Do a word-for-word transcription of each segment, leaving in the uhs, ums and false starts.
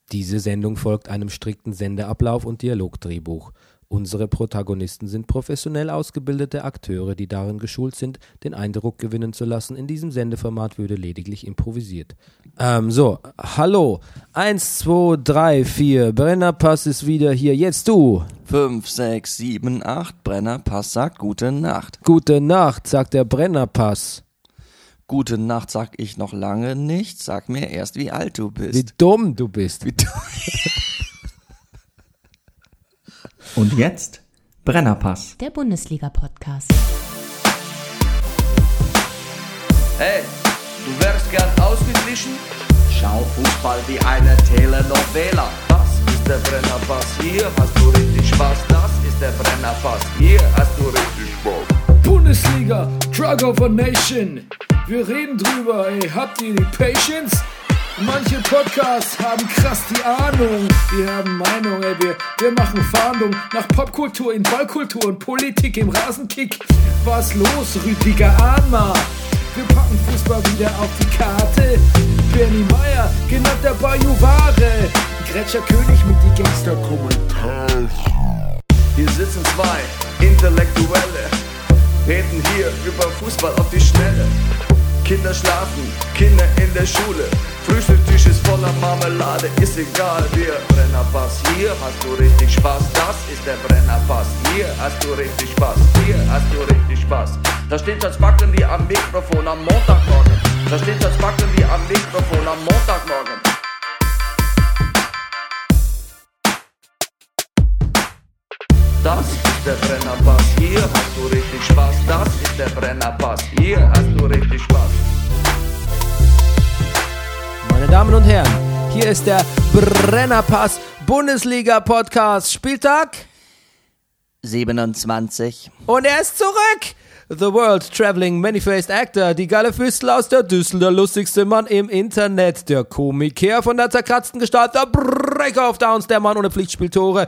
Diese Sendung folgt einem strikten Sendeablauf und Dialogdrehbuch. Unsere Protagonisten sind professionell ausgebildete Akteure, die darin geschult sind, den Eindruck gewinnen zu lassen, in diesem Sendeformat würde lediglich improvisiert. Ähm, so, hallo, eins, zwei, drei, vier, Brennerpass ist wieder hier, jetzt du. Fünf, sechs, sieben, acht, Brennerpass sagt Gute Nacht. Gute Nacht, sagt der Brennerpass. Gute Nacht sag ich noch lange nicht, sag mir erst, wie alt du bist. Wie dumm du bist. Wie dumm. Und jetzt Brennerpass. Der Bundesliga-Podcast. Hey, du wärst gern ausgeglichen? Schau Fußball wie eine Telenovela. Das ist der Brennerpass, hier hast du richtig Spaß. Das ist der Brennerpass, hier hast du richtig Spaß. Bundesliga, Drug of a Nation. Wir reden drüber, ey, habt ihr die Patience? Manche Podcasts haben krass die Ahnung. Wir haben Meinung, ey, wir, wir machen Fahndung nach Popkultur in Ballkultur und Politik im Rasenkick. Was los, Rüdiger Ahnma? Wir packen Fußball wieder auf die Karte. Bernie Meyer, genannt der Bajuware. Gretscher König mit die Gangster-Kommentare. Hier sitzen zwei Intellektuelle, reden hier über Fußball auf die Schnelle. Kinder schlafen, Kinder in der Schule. Frühstückstisch ist voller Marmelade, ist egal, wir Brennerpass, hier hast du richtig Spaß. Das ist der Brennerpass, hier hast du richtig Spaß. Hier hast du richtig Spaß. Da steht das Backen wie am Mikrofon am Montagmorgen. Da steht das Backen wie am Mikrofon am Montagmorgen. Das ist der Brennerpass, hier hast du richtig Spaß. Das ist der Brennerpass, hier hast du richtig Spaß. Meine Damen und Herren, hier ist der Brennerpass Bundesliga Podcast Spieltag siebenundzwanzig. und er ist zurück. The World Traveling Many-Faced Actor, die geile Füßel aus der Düssel, der lustigste Mann im Internet, der Komiker von der zerkratzten Gestalt, der Breaker of Downs, der Mann ohne Pflichtspieltore,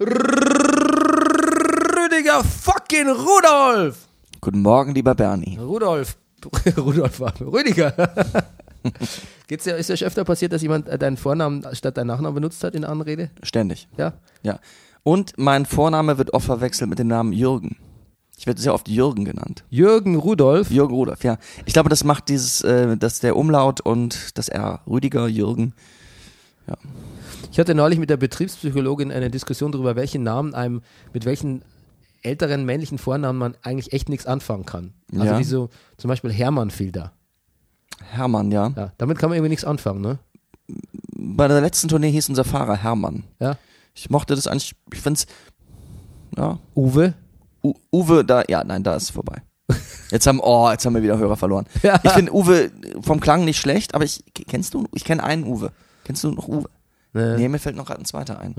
Rüdiger fucking Rudolf. Guten Morgen, lieber Bernie. Rudolf, Rudolf war Rüdiger. Geht's ja, ist ja schon öfter passiert, dass jemand deinen Vornamen statt deinen Nachnamen benutzt hat in der Anrede? Ständig. Ja. Ja. Und mein Vorname wird oft verwechselt mit dem Namen Jürgen. Ich werde sehr oft Jürgen genannt. Jürgen Rudolf. Jürgen Rudolf, ja. Ich glaube, das macht dieses, äh, dass der Umlaut und das R. Rüdiger, Jürgen. Ja. Ich hatte neulich mit der Betriebspsychologin eine Diskussion darüber, welchen Namen einem, mit welchen älteren männlichen Vornamen man eigentlich echt nichts anfangen kann. Also Ja. wie so zum Beispiel Hermann fiel da. Hermann, ja. Ja, damit kann man irgendwie nichts anfangen, ne? Bei der letzten Tournee hieß unser Fahrer Hermann. Ja. Ich mochte das eigentlich, ich find's, ja. Uwe. U- Uwe, da, ja, nein, da ist es vorbei. Jetzt haben, oh, jetzt haben wir wieder Hörer verloren. Ja. Ich finde Uwe vom Klang nicht schlecht, aber ich, kennst du, ich kenne einen Uwe. Kennst du noch Uwe? Nee. Nee, mir fällt noch gerade ein zweiter ein.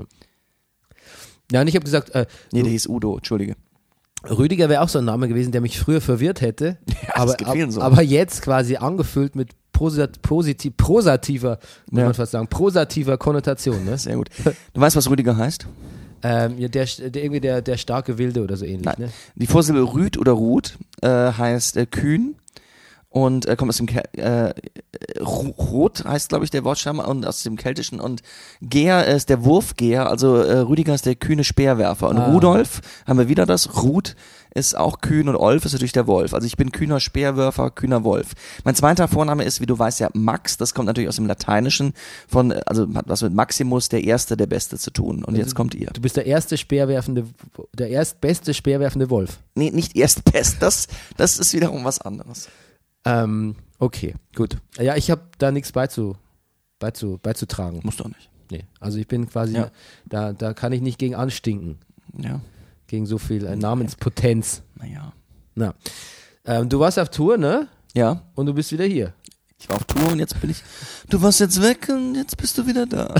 Ja, und ich habe gesagt, äh, Nee, der hieß Udo, entschuldige. Rüdiger wäre auch so ein Name gewesen, der mich früher verwirrt hätte. Ja, aber, das geht vielen so. aber jetzt quasi angefüllt mit posat- positiv, prosativer, muss Ja. man fast sagen, prosativer Konnotation, ne? Sehr gut. Du weißt, was Rüdiger heißt? Ähm, ja, der, der, irgendwie der, der starke Wilde oder so ähnlich, Nein. ne? Die Vorsilbe Rüd oder Ruth äh, heißt äh, kühn und äh, kommt aus dem Kel äh, Rot heißt, glaube ich, der Wortstamm und aus dem Keltischen und Geher ist der Wurfgeher, also äh, Rüdiger ist der kühne Speerwerfer und Ah. Rudolf haben wir wieder das, Ruth ist auch kühn und Olf ist natürlich der Wolf. Also ich bin kühner Speerwerfer, kühner Wolf. Mein zweiter Vorname ist, wie du weißt, ja Max, das kommt natürlich aus dem Lateinischen von, also hat was mit Maximus, der Erste, der Beste zu tun und jetzt kommt ihr. Du bist der erste speerwerfende, der erstbeste speerwerfende Wolf. Nee, nicht Erstbest, das, das ist wiederum was anderes. Ähm, okay, gut. Ja, ich habe da nichts beizu, beizu, beizutragen. Muss doch nicht. Nee, also ich bin quasi, Ja. da, da kann ich nicht gegen anstinken, Ja, gegen so viel äh, Namenspotenz. naja. Na, ähm, du warst auf Tour, ne? Ja, Und du bist wieder hier. ich war auf Tour und jetzt bin ich, du warst jetzt weg und jetzt bist du wieder da.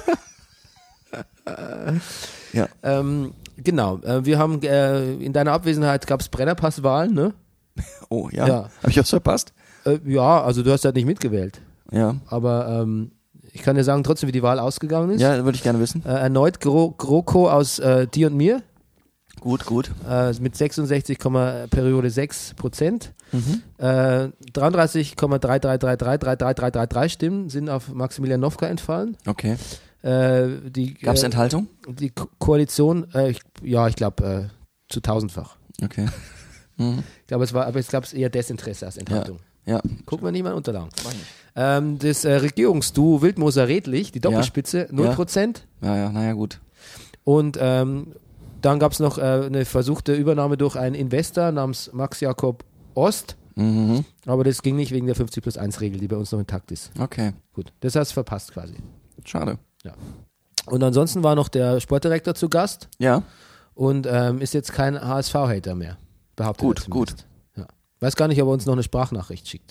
Ja, Ähm, genau, äh, wir haben, äh, in deiner Abwesenheit gab es Brennerpasswahlen, ne? oh ja, Ja. hab ich was verpasst? Äh, ja, also du hast halt nicht mitgewählt. Ja, Aber ähm, ich kann dir sagen trotzdem, wie die Wahl ausgegangen ist. ja, würde ich gerne wissen. Äh, erneut Gro GroKo aus äh, dir und mir. Gut, gut. Äh, mit sechsundsechzig, Periode sechs Prozent. Mhm. Äh, dreiunddreißig Komma drei drei drei drei drei drei drei drei Stimmen sind auf Maximilian Nowka entfallen. Okay. Äh, die, Gab es äh, Enthaltung? Die Ko- Koalition, äh, ich, ja, ich glaube, äh, zu tausendfach. Okay. Mhm. Ich glaube, es war, aber ich glaube, es ist eher Desinteresse als Enthaltung. Ja. Gucken wir nicht mal in Unterlagen. Ähm, das äh, Regierungsduo Wildmoser-Redlich, die Doppelspitze, null Prozent. Ja, ja, naja, gut. Und ähm, dann gab es noch äh, eine versuchte Übernahme durch einen Investor namens Max Jakob Ost. Mhm. Aber das ging nicht wegen der fünfzig plus eins Regel, die bei uns noch intakt ist. Okay. Gut, das hast du verpasst quasi. Schade. Ja. Und ansonsten war noch der Sportdirektor zu Gast Ja. und ähm, ist jetzt kein H S V-Hater mehr. Behauptet Gut, er zumindest. gut. Ja. Weiß gar nicht, ob er uns noch eine Sprachnachricht schickt.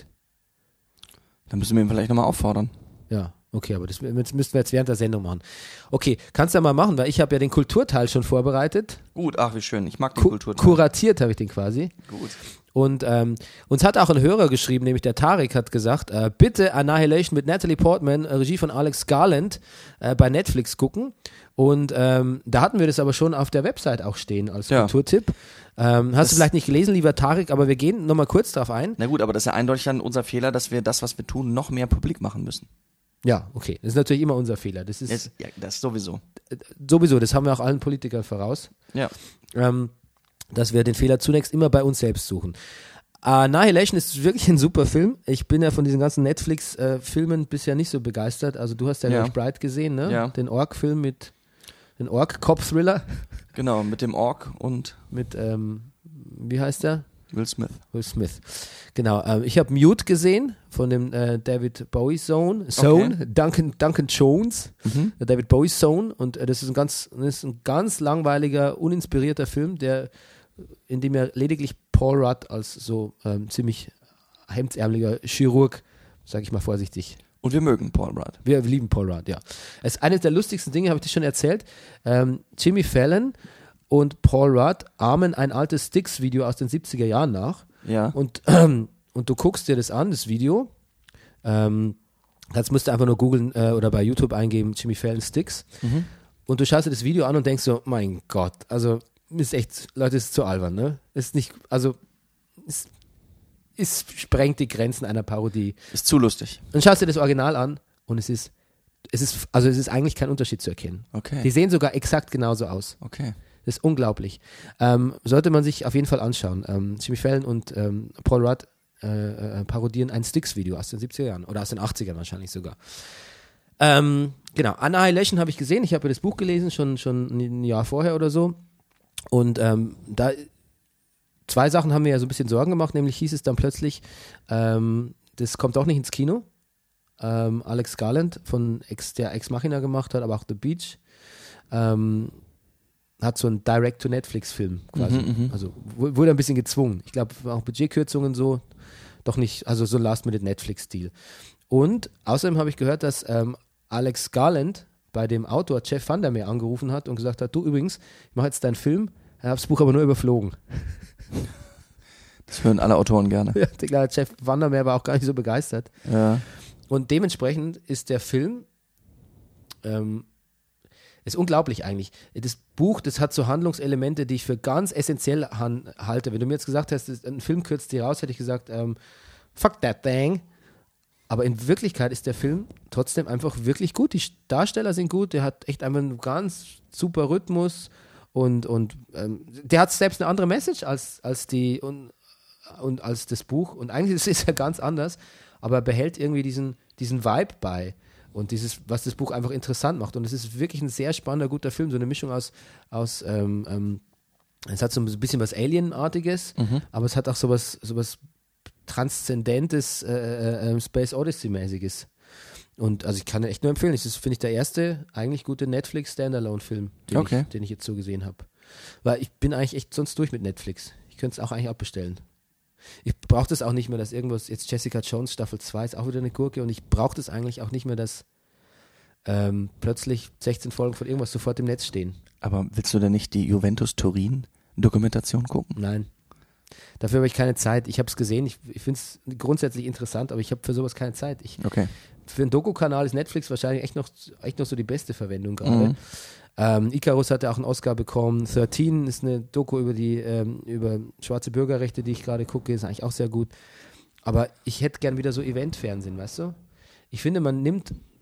Dann müssen wir ihn vielleicht nochmal auffordern. Ja, okay, aber das müssten wir jetzt während der Sendung machen. Okay, kannst du ja mal machen, weil ich habe ja den Kulturteil schon vorbereitet. Gut, ach wie schön. Ich mag den Ku- Kulturteil. Kuratiert habe ich den quasi. Gut. Und ähm, uns hat auch ein Hörer geschrieben, nämlich der Tarek hat gesagt, äh, bitte Annihilation mit Natalie Portman, äh, Regie von Alex Garland, äh, bei Netflix gucken. Und ähm, da hatten wir das aber schon auf der Website auch stehen als Ja. Kulturtipp. Ähm, hast Das- du vielleicht nicht gelesen, lieber Tarek, aber wir gehen nochmal kurz drauf ein. Na gut, aber das ist ja eindeutig dann unser Fehler, dass wir das, was wir tun, noch mehr publik machen müssen. Ja, okay, das ist natürlich immer unser Fehler. Das ist Jetzt, ja, das sowieso. sowieso, das haben wir auch allen Politikern voraus. Ja. ähm, dass wir den Fehler zunächst immer bei uns selbst suchen. Annihilation ist wirklich ein super Film. Ich bin ja von diesen ganzen Netflix-Filmen bisher nicht so begeistert. Also du hast ja, Ja. glaub ich, Bright gesehen, ne? Ja. Den Ork-Film mit, den Ork-Cop-Thriller Genau, mit dem Ork und mit, ähm, wie heißt der? Will Smith. Will Smith. Genau, ähm, ich habe Mute gesehen von dem äh, David Bowie Sohn, Sohn Okay. Duncan, Duncan Jones, Mhm. der David Bowie Sohn, und äh, das ist ein ganz, das ist ein ganz langweiliger, uninspirierter Film, der, in dem er lediglich Paul Rudd als so ähm, ziemlich hemdsärmeliger Chirurg, sage ich mal vorsichtig. Und wir mögen Paul Rudd. Wir lieben Paul Rudd, ja. Es ist eines der lustigsten Dinge, habe ich dir schon erzählt. Ähm, Jimmy Fallon und Paul Rudd ahmen ein altes Styx-Video aus den siebziger Jahren nach. Ja. Und, ähm, und du guckst dir das an, das Video. Ähm, das musst du einfach nur googeln äh, oder bei YouTube eingeben, Jimmy Fallon Styx. Mhm. Und du schaust dir das Video an und denkst so, mein Gott, also ist echt, Leute, ist zu albern, ne? Ist nicht, also ist, ist sprengt die Grenzen einer Parodie. Ist zu lustig. Und schaust dir das Original an und es ist, es ist, also es ist eigentlich kein Unterschied zu erkennen. Okay. Die sehen sogar exakt genauso aus. Okay. Das ist unglaublich. Ähm, sollte man sich auf jeden Fall anschauen. Ähm, Jimmy Fallon und ähm, Paul Rudd äh, äh, parodieren ein Styx-Video aus den siebziger Jahren oder aus den achtzigern wahrscheinlich sogar. Ähm, genau, Annihilation habe ich gesehen. Ich habe ja das Buch gelesen, schon, schon ein Jahr vorher oder so. Und ähm, da zwei Sachen haben mir ja so ein bisschen Sorgen gemacht, nämlich hieß es dann plötzlich, ähm, das kommt auch nicht ins Kino. Ähm, Alex Garland, von Ex, der Ex Machina gemacht hat, aber auch The Beach, ähm, hat so einen Direct-to-Netflix-Film quasi. Mhm, also w- wurde ein bisschen gezwungen. Ich glaube, auch Budgetkürzungen so, doch nicht, also so Last-Minute-Netflix-Stil. Und außerdem habe ich gehört, dass ähm, Alex Garland bei dem Autor Jeff Vandermeer angerufen hat und gesagt hat, du übrigens, ich mache jetzt deinen Film, ich habe das Buch aber nur überflogen. Das hören alle Autoren gerne. Ja, ich glaube, Jeff Vandermeer war auch gar nicht so begeistert. Ja. Und dementsprechend ist der Film, ähm, ist unglaublich eigentlich. Das Buch, das hat so Handlungselemente, die ich für ganz essentiell han- halte. Wenn du mir jetzt gesagt hast, das- ein Film kürzt die raus, hätte ich gesagt, ähm, fuck that thing. Aber in Wirklichkeit ist der Film trotzdem einfach wirklich gut. Die Darsteller sind gut, der hat echt einfach einen ganz super Rhythmus und, und ähm, der hat selbst eine andere Message als, als die und, und als das Buch. Und eigentlich ist es ja ganz anders, aber er behält irgendwie diesen, diesen Vibe bei und dieses, was das Buch einfach interessant macht. Und es ist wirklich ein sehr spannender, guter Film, so eine Mischung aus, aus ähm, ähm, es hat so ein bisschen was Alien-artiges, Mhm. aber es hat auch sowas, sowas transzendentes äh, äh, Space Odyssey-mäßiges. Und also ich kann ihn echt nur empfehlen. Das ist, finde ich, der erste eigentlich gute Netflix-Standalone-Film, den, Okay. ich, den ich jetzt so gesehen habe. Weil ich bin eigentlich echt sonst durch mit Netflix. Ich könnte es auch eigentlich abbestellen. Ich brauche das auch nicht mehr, dass irgendwas, jetzt Jessica Jones Staffel zwei ist auch wieder eine Gurke und ich brauche das eigentlich auch nicht mehr, dass ähm, plötzlich sechzehn Folgen von irgendwas sofort im Netz stehen. Aber willst du denn nicht die Juventus Turin Dokumentation gucken? Nein. Dafür habe ich keine Zeit. Ich habe es gesehen, ich, ich finde es grundsätzlich interessant, aber ich habe für sowas keine Zeit. Ich, Okay. für einen Doku-Kanal ist Netflix wahrscheinlich echt noch, echt noch so die beste Verwendung gerade. Mhm. Ähm, Icarus hat ja auch einen Oscar bekommen. dreizehn ist eine Doku über die ähm, über schwarze Bürgerrechte, die ich gerade gucke, ist eigentlich auch sehr gut. Aber ich hätte gern wieder so Event-Fernsehen, weißt du? Ich finde, man nimmt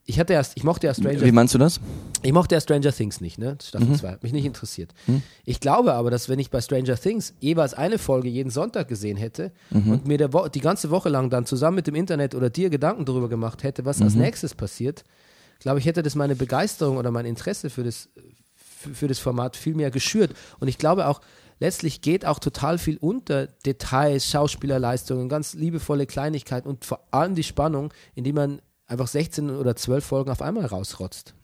ich hatte erst, ich mochte ja Stranger Wie meinst du das? Ich mochte ja Stranger Things nicht, ne? Staffel zwei, Mhm. hat mich nicht interessiert. Mhm. Ich glaube aber, dass wenn ich bei Stranger Things jeweils eine Folge jeden Sonntag gesehen hätte Mhm. und mir der Wo- die ganze Woche lang dann zusammen mit dem Internet oder dir Gedanken darüber gemacht hätte, was Mhm. als nächstes passiert, glaube ich, hätte das meine Begeisterung oder mein Interesse für das, für, für das Format viel mehr geschürt. Und ich glaube auch, letztlich geht auch total viel unter Details, Schauspielerleistungen, ganz liebevolle Kleinigkeiten und vor allem die Spannung, indem man einfach sechzehn oder zwölf Folgen auf einmal rausrotzt.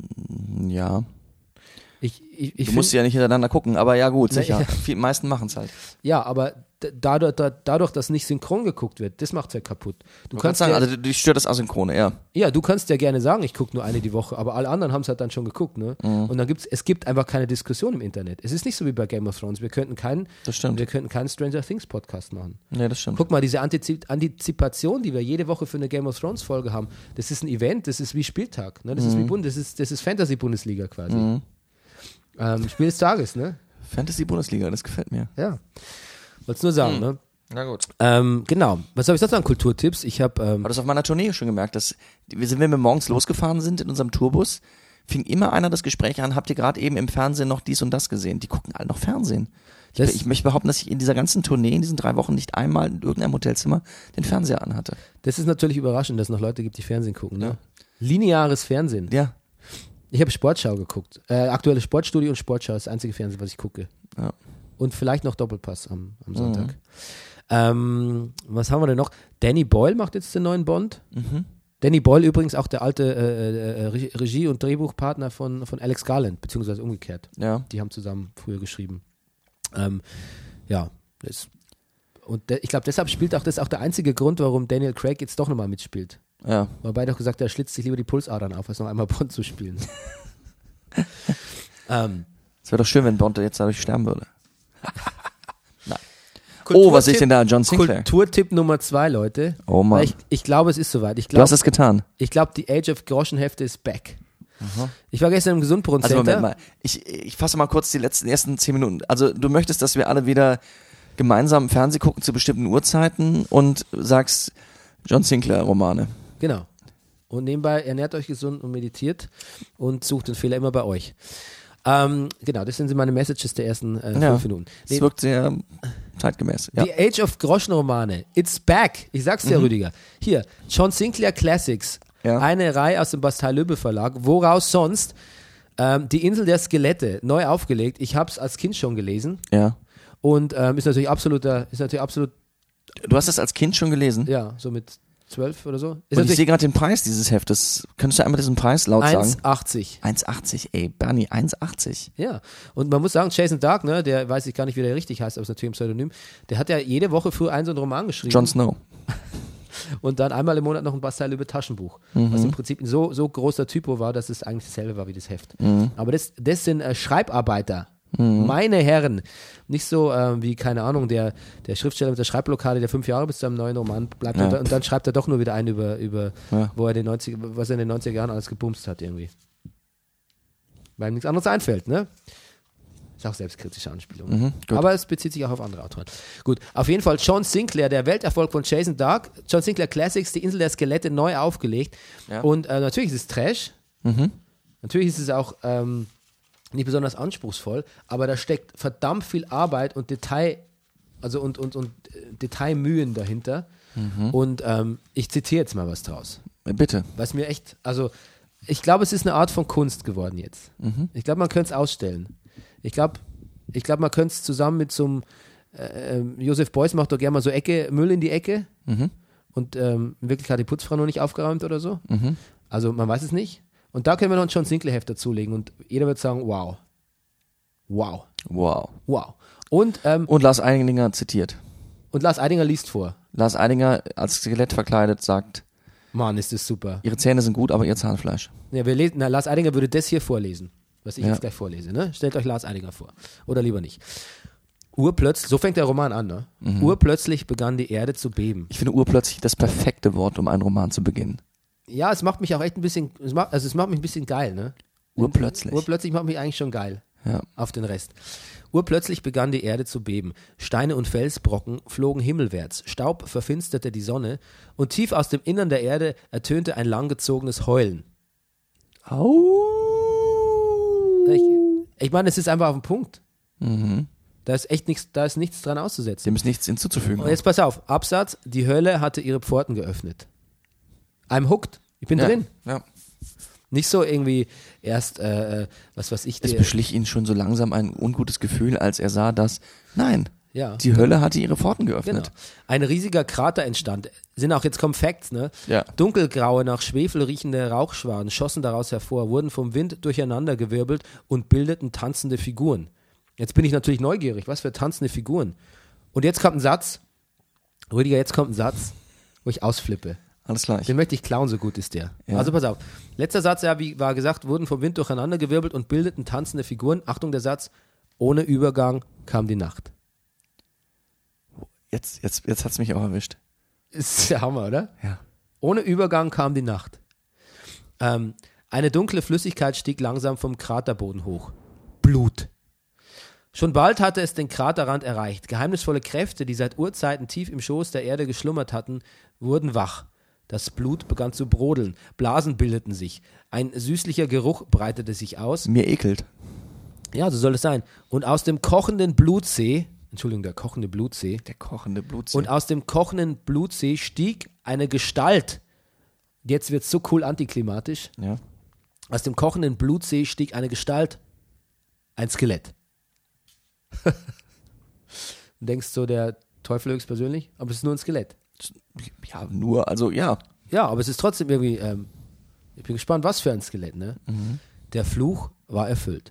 Ja. Ich, ich, ich Du musst find- sie ja nicht hintereinander gucken, aber ja gut, Ne, sicher. ja. Die meisten machen es halt. Ja, aber d- dadurch, da, dadurch, dass nicht synchron geguckt wird, das macht es ja kaputt. Du Du kannst kannst sagen, ja, also dich stört das Asynchrone, ja. ja, du kannst ja gerne sagen, ich gucke nur eine die Woche, aber alle anderen haben es halt dann schon geguckt, ne? Mhm. Und dann gibt's, es gibt einfach keine Diskussion im Internet. Es ist nicht so wie bei Game of Thrones. Wir könnten keinen, Das stimmt. wir könnten keinen Stranger Things Podcast machen. Ja, das stimmt. Guck mal, diese Antizi- Antizipation, die wir jede Woche für eine Game of Thrones Folge haben, das ist ein Event, das ist wie Spieltag, ne? Das ist wie Bund, das ist, das ist Fantasy-Bundesliga quasi. Mhm. Ähm, Spiel des Tages, ne? Fantasy-Bundesliga, das gefällt mir. Ja. Wollt's nur sagen, ne? Na gut. Ähm, genau. Was habe ich sonst an Kulturtipps? Ich habe ähm, Habe das auf meiner Tournee schon gemerkt, dass wir sind, wenn wir morgens losgefahren sind in unserem Tourbus, fing immer einer das Gespräch an, habt ihr gerade eben im Fernsehen noch dies und das gesehen? Die gucken alle noch Fernsehen. Ich, Das- ich möchte behaupten, dass ich in dieser ganzen Tournee, in diesen drei Wochen nicht einmal in irgendeinem Hotelzimmer den Fernseher anhatte. Das ist natürlich überraschend, dass es noch Leute gibt, die Fernsehen gucken. Ne? Lineares Fernsehen. Ja. Ich habe Sportschau geguckt. Äh, aktuelle Sportstudio und Sportschau ist das einzige Fernsehen, was ich gucke. Ja. Und vielleicht noch Doppelpass am, am Sonntag. Ähm, was haben wir denn noch? Danny Boyle macht jetzt den neuen Bond. Mhm. Danny Boyle übrigens auch der alte äh, äh, Re- Regie- und Drehbuchpartner von, von Alex Garland, beziehungsweise umgekehrt. Ja. Die haben zusammen früher geschrieben. Ähm, ja, das, und de- ich glaube, deshalb spielt auch das auch der einzige Grund, warum Daniel Craig jetzt doch nochmal mitspielt. Ja. Wobei doch gesagt, er schlitzt sich lieber die Pulsadern auf, als noch einmal Bond zu spielen. ähm, Es wäre doch schön, wenn Bond jetzt dadurch sterben würde. Oh, was sehe ich denn da? John Sinclair. Kulturtipp Nummer zwei, Leute. Oh Mann. Weil Ich, ich glaube, es ist soweit. Ich Du hast glaube, es getan. ich glaube, die Age of Groschenhefte ist back. Ich war gestern im Gesundbrunnen Also Center. Moment mal, ich, ich fasse mal kurz die letzten ersten zehn Minuten. Also du möchtest, dass wir alle wieder gemeinsam Fernsehen gucken zu bestimmten Uhrzeiten und sagst John Sinclair Romane. Genau. Und nebenbei ernährt euch gesund und meditiert und sucht den Fehler immer bei euch. Ähm, genau, das sind meine Messages der ersten äh, Ja. fünf Minuten. Es Nee, wirkt sehr zeitgemäß. Ja. Die Age of Groschenromane. It's back. Ich sag's dir, Rüdiger. Hier, John Sinclair Classics. Ja. Eine Reihe aus dem Bastei-Löbe Verlag. Woraus sonst? Ähm, die Insel der Skelette, neu aufgelegt. Ich hab's als Kind schon gelesen. ja. Und ähm, ist natürlich absoluter, ist natürlich absolut, Du hast das als Kind schon gelesen? ja, so mit zwölf oder so. Ist Und ich natürlich sehe gerade den Preis dieses Heftes. Könntest du einmal diesen Preis laut sagen? eins achtzig. eins achtzig, ey, Bernie, eins achtzig. Ja, und man muss sagen, Jason Dark, ne, der weiß ich gar nicht, wie der richtig heißt, aber ist natürlich ein Pseudonym, der hat ja jede Woche früher einen so einen Roman geschrieben. Jon Snow. Und dann einmal im Monat noch ein Bastei-Löbe Taschenbuch, Mhm. was im Prinzip ein so, so großer Typo war, dass es eigentlich dasselbe war wie das Heft. Mhm. Aber das, das sind äh, Schreibarbeiter. Meine Herren, nicht so ähm, wie, keine Ahnung, der, der Schriftsteller mit der Schreibblockade, der fünf Jahre bis zu einem neuen Roman bleibt Ja. und, dann- und dann schreibt er doch nur wieder ein über, über Ja. wo er den neunzig, was er in den neunziger Jahren alles gebumst hat irgendwie. Weil ihm nichts anderes einfällt, ne? Ist auch selbstkritische Anspielung. Mhm, gut. Aber es bezieht sich auch auf andere Autoren. Gut, auf jeden Fall John Sinclair, der Welterfolg von Jason Dark. John Sinclair Classics, die Insel der Skelette, neu aufgelegt. Ja. Und äh, natürlich ist es Trash. Mhm. Natürlich ist es auch ähm, nicht besonders anspruchsvoll, aber da steckt verdammt viel Arbeit und Detail, also und, und, und äh, Detailmühen dahinter. Mhm. Und ähm, ich zitiere jetzt mal was draus. Bitte. Was mir echt, also ich glaube, es ist eine Art von Kunst geworden jetzt. Mhm. Ich glaube, man könnte es ausstellen. Ich glaube, ich glaube, man könnte es zusammen mit so einem äh, ähm, Josef Beuys macht doch gerne mal so Ecke, Müll in die Ecke Mhm. und ähm, in Wirklichkeit hat die Putzfrau noch nicht aufgeräumt oder so. Mhm. Also man weiß es nicht. Und da können wir noch ein John Sinclair-Heft dazulegen und jeder wird sagen, wow. Wow. Wow. Wow. Und, ähm, Und Lars Eidinger zitiert. und Lars Eidinger liest vor. Lars Eidinger als Skelett verkleidet sagt, Mann, ist das super. ihre Zähne sind gut, aber ihr Zahnfleisch. Ja, wir lesen, na, Lars Eidinger würde das hier vorlesen, was ich Ja. jetzt gleich vorlese. Ne? Stellt euch Lars Eidinger vor. Oder lieber nicht. Urplötzlich, so fängt der Roman an, ne? Mhm. Urplötzlich begann die Erde zu beben. Ich finde urplötzlich das perfekte Wort, um einen Roman zu beginnen. Ja, es macht mich auch echt ein bisschen, es macht, also es macht mich ein bisschen geil, ne? Urplötzlich. Urplötzlich macht mich eigentlich schon geil Ja. auf den Rest. Urplötzlich begann die Erde zu beben. Steine und Felsbrocken flogen himmelwärts. Staub verfinsterte die Sonne und tief aus dem Innern der Erde ertönte ein langgezogenes Heulen. Au. Ich, ich meine, es ist einfach auf den Punkt. Mhm. Da ist echt nichts, da ist nichts dran auszusetzen. Dem ist nichts hinzuzufügen. Und jetzt pass auf, Absatz, die Hölle hatte ihre Pforten geöffnet. I'm hooked, ich bin ja. drin. Ja. Nicht so irgendwie erst, äh, was weiß ich. Es dir- beschlich ihn schon so langsam ein ungutes Gefühl, als er sah, dass, nein, Ja. die Hölle hatte ihre Pforten Genau. geöffnet. Ein riesiger Krater entstand. Sind auch, jetzt kommen Facts, ne? Ja. Dunkelgraue, nach Schwefel riechende Rauchschwaden schossen daraus hervor, wurden vom Wind durcheinandergewirbelt und bildeten tanzende Figuren. Jetzt bin ich natürlich neugierig, was für tanzende Figuren. Und jetzt kommt ein Satz, Rüdiger, jetzt kommt ein Satz, wo ich ausflippe. Alles klar. Ich, Den möchte ich klauen, so gut ist der. Ja. Also pass auf. Letzter Satz, ja, wie war gesagt, wurden vom Wind durcheinandergewirbelt und bildeten tanzende Figuren. Achtung, der Satz, ohne Übergang kam die Nacht. jetzt jetzt, jetzt hat es mich auch erwischt. Ist der Hammer, oder? Ja. Ohne Übergang kam die Nacht. Ähm, eine dunkle Flüssigkeit stieg langsam vom Kraterboden hoch. Blut. Schon bald hatte es den Kraterrand erreicht. Geheimnisvolle Kräfte, die seit Urzeiten tief im Schoß der Erde geschlummert hatten, wurden wach. Das Blut begann zu brodeln. Blasen bildeten sich. Ein süßlicher Geruch breitete sich aus. Mir ekelt. Ja, so soll es sein. Und aus dem kochenden Blutsee, Entschuldigung, der kochende Blutsee, Der kochende Blutsee. und aus dem kochenden Blutsee stieg eine Gestalt. Jetzt wird es so cool antiklimatisch. ja. Aus dem kochenden Blutsee stieg eine Gestalt. Ein Skelett. Du denkst so, der Teufel höchstpersönlich, aber es ist nur ein Skelett. Ja, nur, also ja. Ja, aber es ist trotzdem irgendwie, ähm, ich bin gespannt, was für ein Skelett, ne? Der Fluch war erfüllt.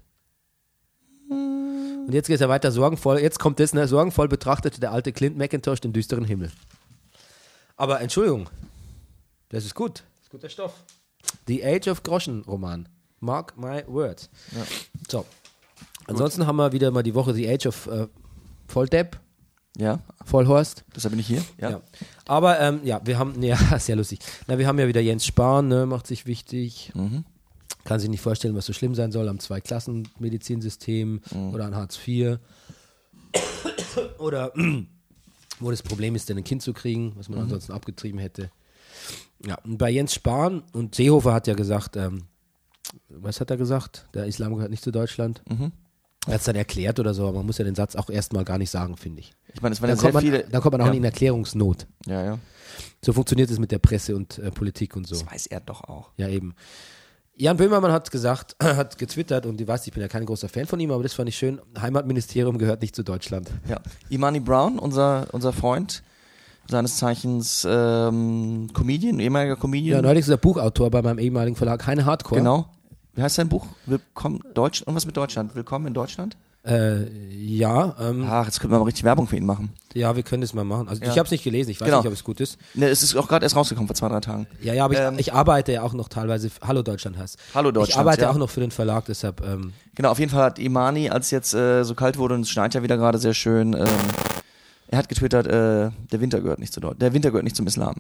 Und jetzt geht es ja weiter sorgenvoll. Jetzt kommt das, ne? Sorgenvoll betrachtete der alte Clint McIntosh den düsteren Himmel. Aber Entschuldigung, das ist gut. Das ist guter Stoff. The Age of Groschen Roman. Mark my words. So. Ansonsten haben wir wieder mal die Woche The Age of äh, Volldepp, Ja, Vollhorst. deshalb bin ich hier. Ja. Ja. Aber ähm, ja, wir haben, ja, sehr lustig. Na, wir haben ja wieder Jens Spahn, ne, macht sich wichtig. Mhm. Kann sich nicht vorstellen, was so schlimm sein soll am Zwei-Klassen-Medizinsystem Mhm. oder an Hartz vier. Oder wo das Problem ist, denn ein Kind zu kriegen, was Mhm. man ansonsten abgetrieben hätte. Ja, und bei Jens Spahn und Seehofer hat ja gesagt, ähm, was hat er gesagt? Der Islam gehört nicht zu Deutschland. Mhm. Er hat es dann erklärt oder so, aber man muss ja den Satz auch erstmal gar nicht sagen, finde ich. Ich meine, es waren ja Dann sehr kommt, man, viele. dann kommt man auch ja. nicht in Erklärungsnot. Ja, ja. So funktioniert es mit der Presse und äh, Politik und so. Das weiß er doch auch. Ja, eben. Jan Böhmermann hat gesagt, hat getwittert und du weißt, ich bin ja kein großer Fan von ihm, aber das fand ich schön. Heimatministerium gehört nicht zu Deutschland. Ja. Imani Brown, unser, unser Freund, seines Zeichens ähm, Comedian, ehemaliger Ja, Comedian. neulich ist er Buchautor bei meinem ehemaligen Verlag, keine Hardcore. Genau. Wie heißt sein Buch? Willkommen Deutsch, irgendwas mit Deutschland. Willkommen in Deutschland? Äh, ja, ähm, Ach, jetzt könnten wir mal richtig Werbung für ihn machen. ja, wir können das mal machen. Also Ja. ich habe es nicht gelesen, ich weiß Genau. nicht, ob es gut ist. Ne, es ist auch gerade erst rausgekommen vor zwei, drei Tagen. Ja, ja, aber ich, Ähm, ich arbeite ja auch noch teilweise, Hallo Deutschland heißt. Hallo Ich Deutschland. arbeite ja. auch noch für den Verlag, deshalb, ähm, Genau, auf jeden Fall hat Imani, als jetzt äh, so kalt wurde und es schneit ja wieder gerade sehr schön, ähm, er hat getwittert, äh, der Winter gehört nicht zu Deutschland. Der Winter gehört nicht zum Islam.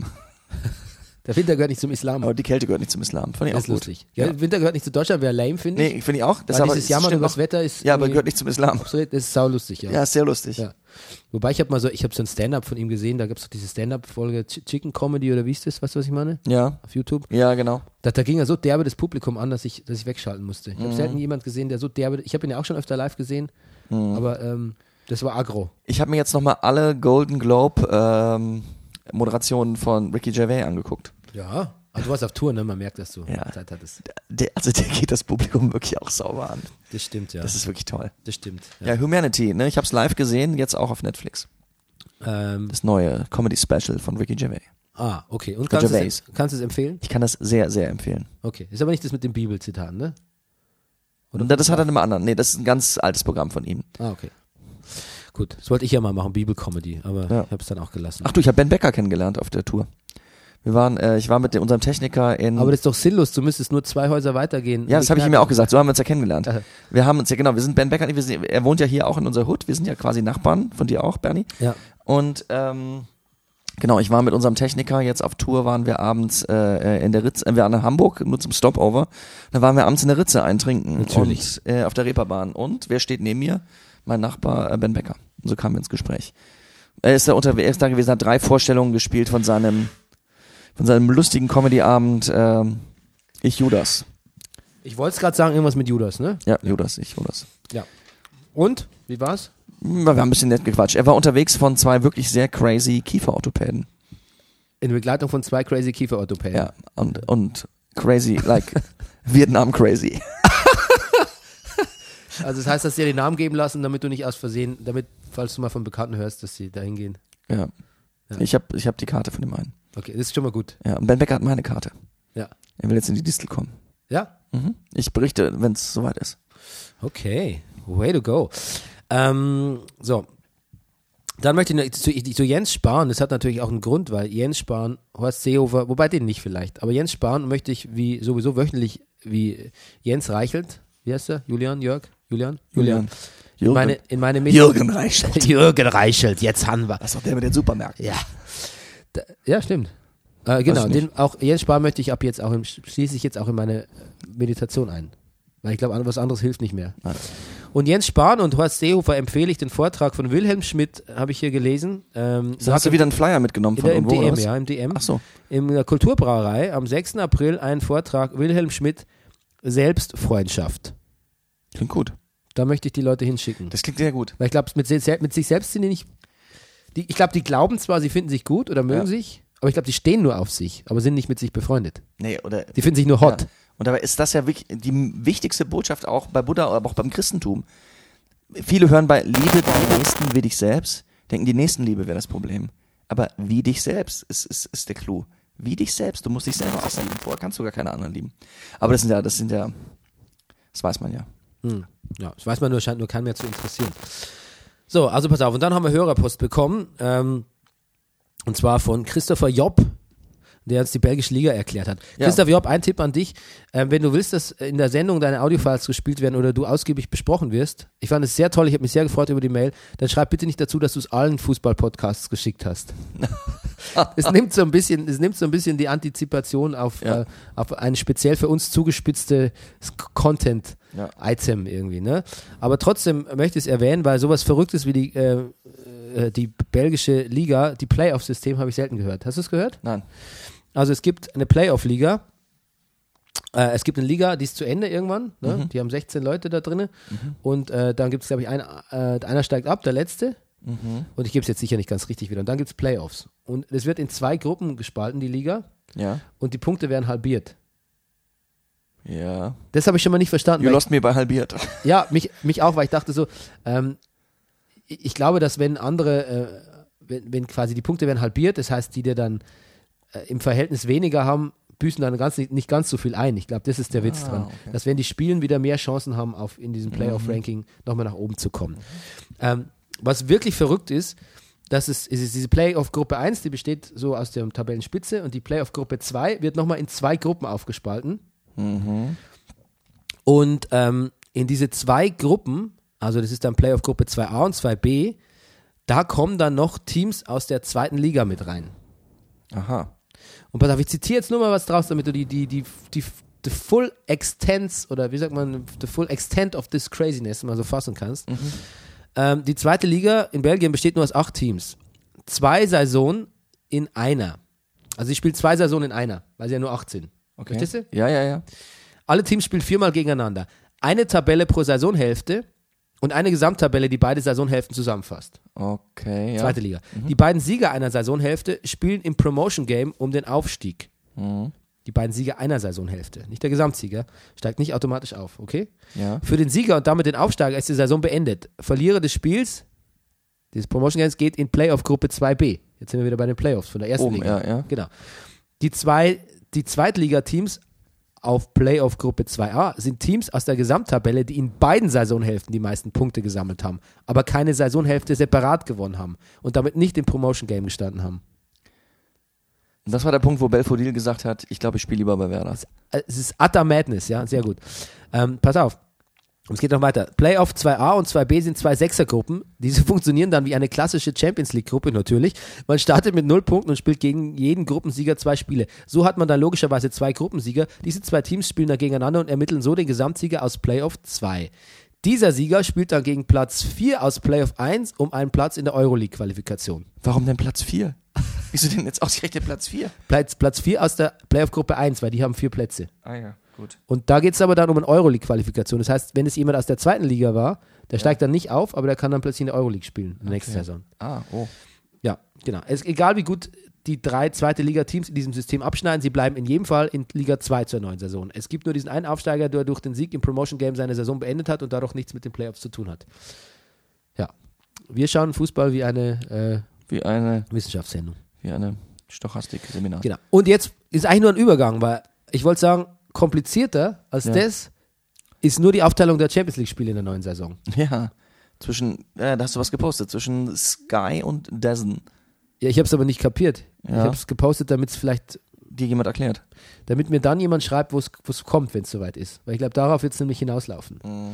der Winter gehört nicht zum Islam. Aber die Kälte gehört nicht zum Islam. Fand ich Das auch ist gut. lustig. Ja, Winter gehört nicht zu Deutschland, wäre lame, finde ich. Nee, finde ich auch. Das Weil aber- dieses es Jammern stimmt über das auch. Wetter ist Ja, aber irgendwie gehört nicht zum Islam. obsolet. Das ist saulustig, ja. Ja, ist sehr lustig. Ja. Wobei ich habe mal so, ich habe so ein Stand-up von ihm gesehen, da gibt es doch diese Stand-up-Folge Ch- Chicken Comedy oder wie ist das, weißt du, was ich meine? Ja, Auf YouTube. ja, genau. Da, da ging er so derbe das Publikum an, dass ich, dass ich wegschalten musste. Ich habe Mhm. selten jemand gesehen, der so derbe, ich habe ihn ja auch schon öfter live gesehen, Mhm. aber ähm, das war aggro. Ich habe mir jetzt nochmal alle Golden Globe ähm, Moderationen von Ricky Gervais angeguckt. Ja, aber du warst auf Tour, ne? Man merkt, dass du Ja. Zeit hattest. Der, also der geht das Publikum wirklich auch sauber an. Das stimmt, ja. Das ist wirklich toll. das stimmt. Ja, Humanity, ne? Ich habe es live gesehen, jetzt auch auf Netflix. Ähm, Das neue Comedy-Special von Ricky Gervais. ah, okay. Und kannst du Gervais. es, kannst du es empfehlen? Ich kann das sehr, sehr empfehlen. Okay. Ist aber nicht das mit den Bibelzitaten, ne? Und das hat er in einem anderen. Nee, das ist ein ganz altes Programm von ihm. Ah, okay. Gut, das wollte ich ja mal machen, Bibelcomedy, aber Ja. ich habe es dann auch gelassen. Ach du, ich habe Ben Becker kennengelernt auf der Tour. Wir waren, äh, ich war mit dem, unserem Techniker in. aber das ist doch sinnlos, du müsstest nur zwei Häuser weitergehen. ja, das habe ich ihm ja auch gesagt. So haben wir uns ja kennengelernt. Aha. Wir haben uns ja genau. Wir sind Ben Becker. Wir sind, er wohnt ja hier auch in unserer Hood. Wir sind ja quasi Nachbarn von dir auch, Bernie. Ja. Und ähm, genau, ich war mit unserem Techniker jetzt auf Tour. Waren wir abends äh, in der Ritze. Äh, wir waren in Hamburg nur zum Stopover. Dann waren wir abends in der Ritze eintrinken. Natürlich. Und äh, auf der Reeperbahn. Und wer steht neben mir? mein Nachbar äh, Ben Becker. Und so kamen wir ins Gespräch. Er ist da unterwegs da gewesen, hat drei Vorstellungen gespielt von seinem, von seinem lustigen Comedy-Abend ähm, Ich Judas. Ich wollte es gerade sagen, irgendwas mit Judas, ne? Ja, Judas, ich Judas. Ja. Und? Wie war's? Wir haben ein bisschen nett gequatscht. Er war unterwegs von zwei wirklich sehr crazy Kieferorthopäden. In Begleitung von zwei crazy Kieferorthopäden. Ja, und, und crazy, like Vietnam crazy. Also das heißt, dass sie dir den Namen geben lassen, damit du nicht aus Versehen, damit, falls du mal von Bekannten hörst, dass sie da hingehen. Ja. ja. Ich habe ich hab die Karte von dem einen. Okay, das ist schon mal gut. Ja, und Ben Becker hat meine Karte. Ja. Er will jetzt in die Distel kommen. Ja? Mhm. Ich berichte, wenn es soweit ist. Okay, way to go. Ähm, so. Dann möchte ich noch zu, zu Jens Spahn, das hat natürlich auch einen Grund, weil Jens Spahn, Horst Seehofer, wobei den nicht vielleicht, aber Jens Spahn möchte ich wie sowieso wöchentlich wie Jens Reichelt, wie heißt er? Julian, Jörg? Julian? Julian. In meine, in meine Mit- Jürgen Reichelt. Jürgen Reichelt, jetzt haben wir. Das ist doch der mit den Supermärkten. Ja. Da, ja, stimmt. Äh, genau, den, auch Jens Spahn möchte ich ab jetzt auch, im, schließe ich jetzt auch in meine Meditation ein. Weil ich glaube, was anderes hilft nicht mehr. Nein. Und Jens Spahn und Horst Seehofer empfehle ich den Vortrag von Wilhelm Schmidt, habe ich hier gelesen. Ähm, So, hast du wieder einen Flyer mitgenommen in von der, im irgendwo, D M, oder was? ja, im D M. Ach so. In der Kulturbrauerei am sechsten April ein Vortrag Wilhelm Schmidt, Selbstfreundschaft. Klingt gut. Da möchte ich die Leute hinschicken. Das klingt sehr gut. Weil ich glaube, mit, se- mit sich selbst sind die nicht. Die, ich glaube, die glauben zwar, sie finden sich gut oder mögen Ja. sich, aber ich glaube, die stehen nur auf sich, aber sind nicht mit sich befreundet. Nee, oder Die finden sich nur hot. Ja. Und dabei ist das ja wirklich die wichtigste Botschaft auch bei Buddha, aber auch beim Christentum. Viele hören bei Liebe deinen Nächsten wie dich selbst, denken, die Nächstenliebe wäre das Problem. Aber wie dich selbst ist, ist, ist der Clou. Wie dich selbst. Du musst dich selber auch lieben. Vorher kannst du gar keine anderen lieben. Aber das sind ja, das sind ja, das weiß man ja. Hm. Ja, das weiß man nur, scheint nur keinen mehr zu interessieren. So, also pass auf. Und dann haben wir Hörerpost bekommen. Ähm, und zwar von Christopher Job, der uns die belgische Liga erklärt hat. Ja. Christoph Job, ein Tipp an dich. Ähm, wenn du willst, dass in der Sendung deine Audiofiles gespielt werden oder du ausgiebig besprochen wirst, ich fand es sehr toll, ich habe mich sehr gefreut über die Mail, dann schreib bitte nicht dazu, dass du es allen Fußball-Podcasts geschickt hast. Es nimmt so ein bisschen, es nimmt so ein bisschen die Antizipation auf, Ja. äh, auf ein speziell für uns zugespitztes Content-Item Ja. irgendwie, ne? Aber trotzdem möchte ich es erwähnen, weil sowas Verrücktes wie die, äh, äh, die belgische Liga, die Playoff-System habe ich selten gehört. Hast du es gehört? Nein. Also es gibt eine Playoff-Liga. Äh, es gibt eine Liga, die ist zu Ende irgendwann. Ne? Mhm. Die haben sechzehn Leute da drin. Und äh, dann gibt es, glaube ich, ein, äh, einer steigt ab, der letzte. Mhm. Und ich gebe es jetzt sicher nicht ganz richtig wieder. Und dann gibt es Playoffs. Und es wird in zwei Gruppen gespalten, die Liga. Ja. Und die Punkte werden halbiert. Ja. Das habe ich schon mal nicht verstanden. You weil lost me bei halbiert. Ich, ja, mich, mich auch, weil ich dachte so, ähm, ich ich glaube, dass wenn andere, äh, wenn, wenn quasi die Punkte werden halbiert, das heißt, die dir dann äh, im Verhältnis weniger haben, büßen dann ganz, nicht, nicht ganz so viel ein. Ich glaube, das ist der Witz Ah, dran. okay. Dass wenn die Spielen wieder mehr Chancen haben, auf in diesem Playoff-Ranking nochmal nach oben zu kommen. Ähm, was wirklich verrückt ist, dass es, es ist diese Playoff-Gruppe eins, die besteht so aus der Tabellenspitze und die Playoff-Gruppe zwei wird nochmal in zwei Gruppen aufgespalten. Mhm. Und ähm, in diese zwei Gruppen, also das ist dann Playoff-Gruppe zwei a und zwei b, da kommen dann noch Teams aus der zweiten Liga mit rein. Aha. Und pass auf, ich zitiere jetzt nur mal was draus, damit du die, die, die, die, the full extent, oder wie sagt man, the full extent of this craziness mal so fassen kannst. Mhm. Ähm, die zweite Liga in Belgien besteht nur aus acht Teams. Zwei Saisonen in einer. Also sie spielt zwei Saisonen in einer, weil sie ja nur acht sind. Okay. Verstehst du? Ja, ja, ja. Alle Teams spielen viermal gegeneinander. Eine Tabelle pro Saisonhälfte und eine Gesamttabelle, die beide Saisonhälften zusammenfasst. Okay, ja. Zweite Liga. Die beiden Sieger einer Saisonhälfte spielen im Promotion Game um den Aufstieg. Mhm. Die beiden Sieger einer Saisonhälfte, nicht der Gesamtsieger, steigt nicht automatisch auf, okay? Ja. Für den Sieger und damit den Aufsteiger ist die Saison beendet. Verlierer des Spiels, dieses Promotion Games, geht in Playoff Gruppe zwei b. Jetzt sind wir wieder bei den Playoffs von der ersten Oben, Liga. ja, ja. Genau. Die zwei, die Zweitligateams auf Playoff Gruppe zwei a sind Teams aus der Gesamttabelle, die in beiden Saisonhälften die meisten Punkte gesammelt haben, aber keine Saisonhälfte separat gewonnen haben und damit nicht im Promotion Game gestanden haben. Und das war der Punkt, wo Belfodil gesagt hat, ich glaube, ich spiele lieber bei Werder. Es ist utter Madness, ja, sehr gut. Ähm, pass auf. Es geht noch weiter. Playoff zwei a und zwei b sind zwei Sechsergruppen. Diese funktionieren dann wie eine klassische Champions League-Gruppe natürlich. Man startet mit null Punkten und spielt gegen jeden Gruppensieger zwei Spiele. So hat man dann logischerweise zwei Gruppensieger. Diese zwei Teams spielen dann gegeneinander und ermitteln so den Gesamtsieger aus Playoff zwei. dieser Sieger spielt dann gegen Platz vier aus Playoff eins um einen Platz in der Euroleague-Qualifikation. Warum denn Platz vier? Wieso denn jetzt ausgerechnet Platz vier? Platz, Platz vier aus der Playoff-Gruppe eins, weil die haben vier Plätze. Ah ja, gut. Und da geht es aber dann um eine Euroleague-Qualifikation. Das heißt, wenn es jemand aus der zweiten Liga war, der ja. steigt dann nicht auf, aber der kann dann plötzlich in der Euroleague spielen in der okay. nächsten Saison. Ah, oh. Ja, genau. Es, egal wie gut die drei zweite Liga-Teams in diesem System abschneiden, sie bleiben in jedem Fall in Liga zwei zur neuen Saison. Es gibt nur diesen einen Aufsteiger, der durch den Sieg im Promotion-Game seine Saison beendet hat und dadurch nichts mit den Playoffs zu tun hat. Ja. Wir schauen Fußball wie eine, äh, wie eine Wissenschaftssendung. Wie eine Stochastik-Seminar. Genau. Und jetzt ist eigentlich nur ein Übergang, weil ich wollte sagen, komplizierter als ja. das ist nur die Aufteilung der Champions League-Spiele in der neuen Saison. Ja, zwischen, äh, da hast du was gepostet, zwischen Sky und DAZN. Ja, ich habe es aber nicht kapiert. Ja. Ich habe es gepostet, damit es vielleicht dir jemand erklärt. Damit mir dann jemand schreibt, wo es kommt, wenn es soweit ist. Weil ich glaube, darauf wird es nämlich hinauslaufen. Mhm.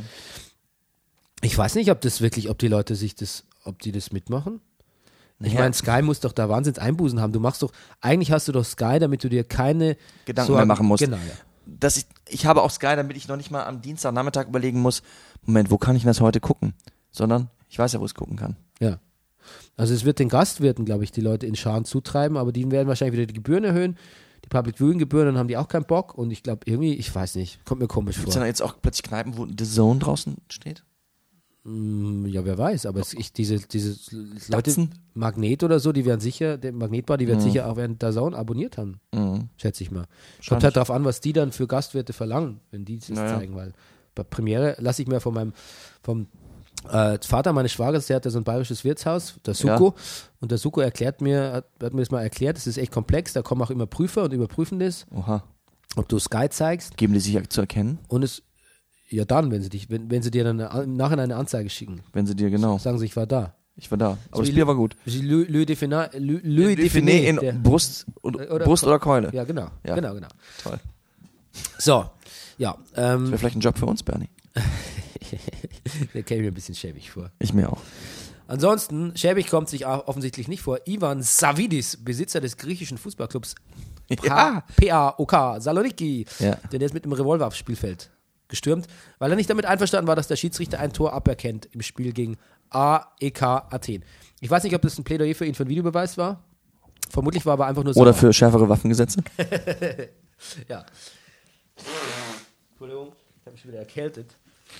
Ich weiß nicht, ob das wirklich, ob die Leute sich das, ob die das mitmachen. Ich ja. meine, Sky muss doch da Wahnsinns Einbußen haben. Du machst doch, eigentlich hast du doch Sky, damit du dir keine Gedanken Sorgen, mehr machen musst. Genau, ja. Dass ich, ich habe auch Sky, damit ich noch nicht mal am Dienstagnachmittag überlegen muss, Moment, wo kann ich das heute gucken? Sondern ich weiß ja, wo ich es gucken kann. Ja. Also es wird den Gastwirten, glaube ich, die Leute in Scharen zutreiben, aber die werden wahrscheinlich wieder die Gebühren erhöhen, die Public Viewing Gebühren, dann haben die auch keinen Bock und ich glaube irgendwie, ich weiß nicht, kommt mir komisch vor. Gibt es denn jetzt auch plötzlich Kneipen, wo The Zone draußen steht? Mm, ja, wer weiß, aber es, ich, diese, diese Leute, Magnet oder so, die werden sicher, der Magnetbar, die werden mhm. sicher auch während der Zone abonniert haben, mhm. schätze ich mal. Kommt halt darauf an, was die dann für Gastwirte verlangen, wenn die das naja. zeigen, weil bei Premiere lasse ich mir von meinem, vom Äh, Vater meines Schwagers, der hatte so ein bayerisches Wirtshaus, der Suko, ja. und der Suko erklärt mir, hat, hat mir das mal erklärt, das ist echt komplex, da kommen auch immer Prüfer und überprüfen das, Oha. ob du Sky zeigst. Geben die sich zu erkennen? Und es, ja dann, wenn sie dich, wenn, wenn sie dir dann eine, im Nachhinein eine Anzeige schicken. Wenn sie dir, genau. Sagen sie, ich war da. Ich war da, aber so das Bier war gut. Le, le Defina, le, le Define in der, Brust, und, oder, Brust oder Keule. Ja, genau, ja. genau, genau. Toll. So, ja. Ähm, das wäre vielleicht ein Job für uns, Bernie. Der käme mir ein bisschen schäbig vor. Ich mir auch. Ansonsten, schäbig kommt sich auch offensichtlich nicht vor. Ivan Savidis, Besitzer des griechischen Fußballclubs ja. P A O K Saloniki, ja. denn der ist mit einem Revolver aufs Spielfeld gestürmt, weil er nicht damit einverstanden war, dass der Schiedsrichter ein Tor aberkennt im Spiel gegen A E K Athen. Ich weiß nicht, ob das ein Plädoyer für ihn für einen Videobeweis war. Vermutlich war aber einfach nur so. Oder für schärfere Waffengesetze. Ja. Entschuldigung, ich habe mich schon wieder erkältet.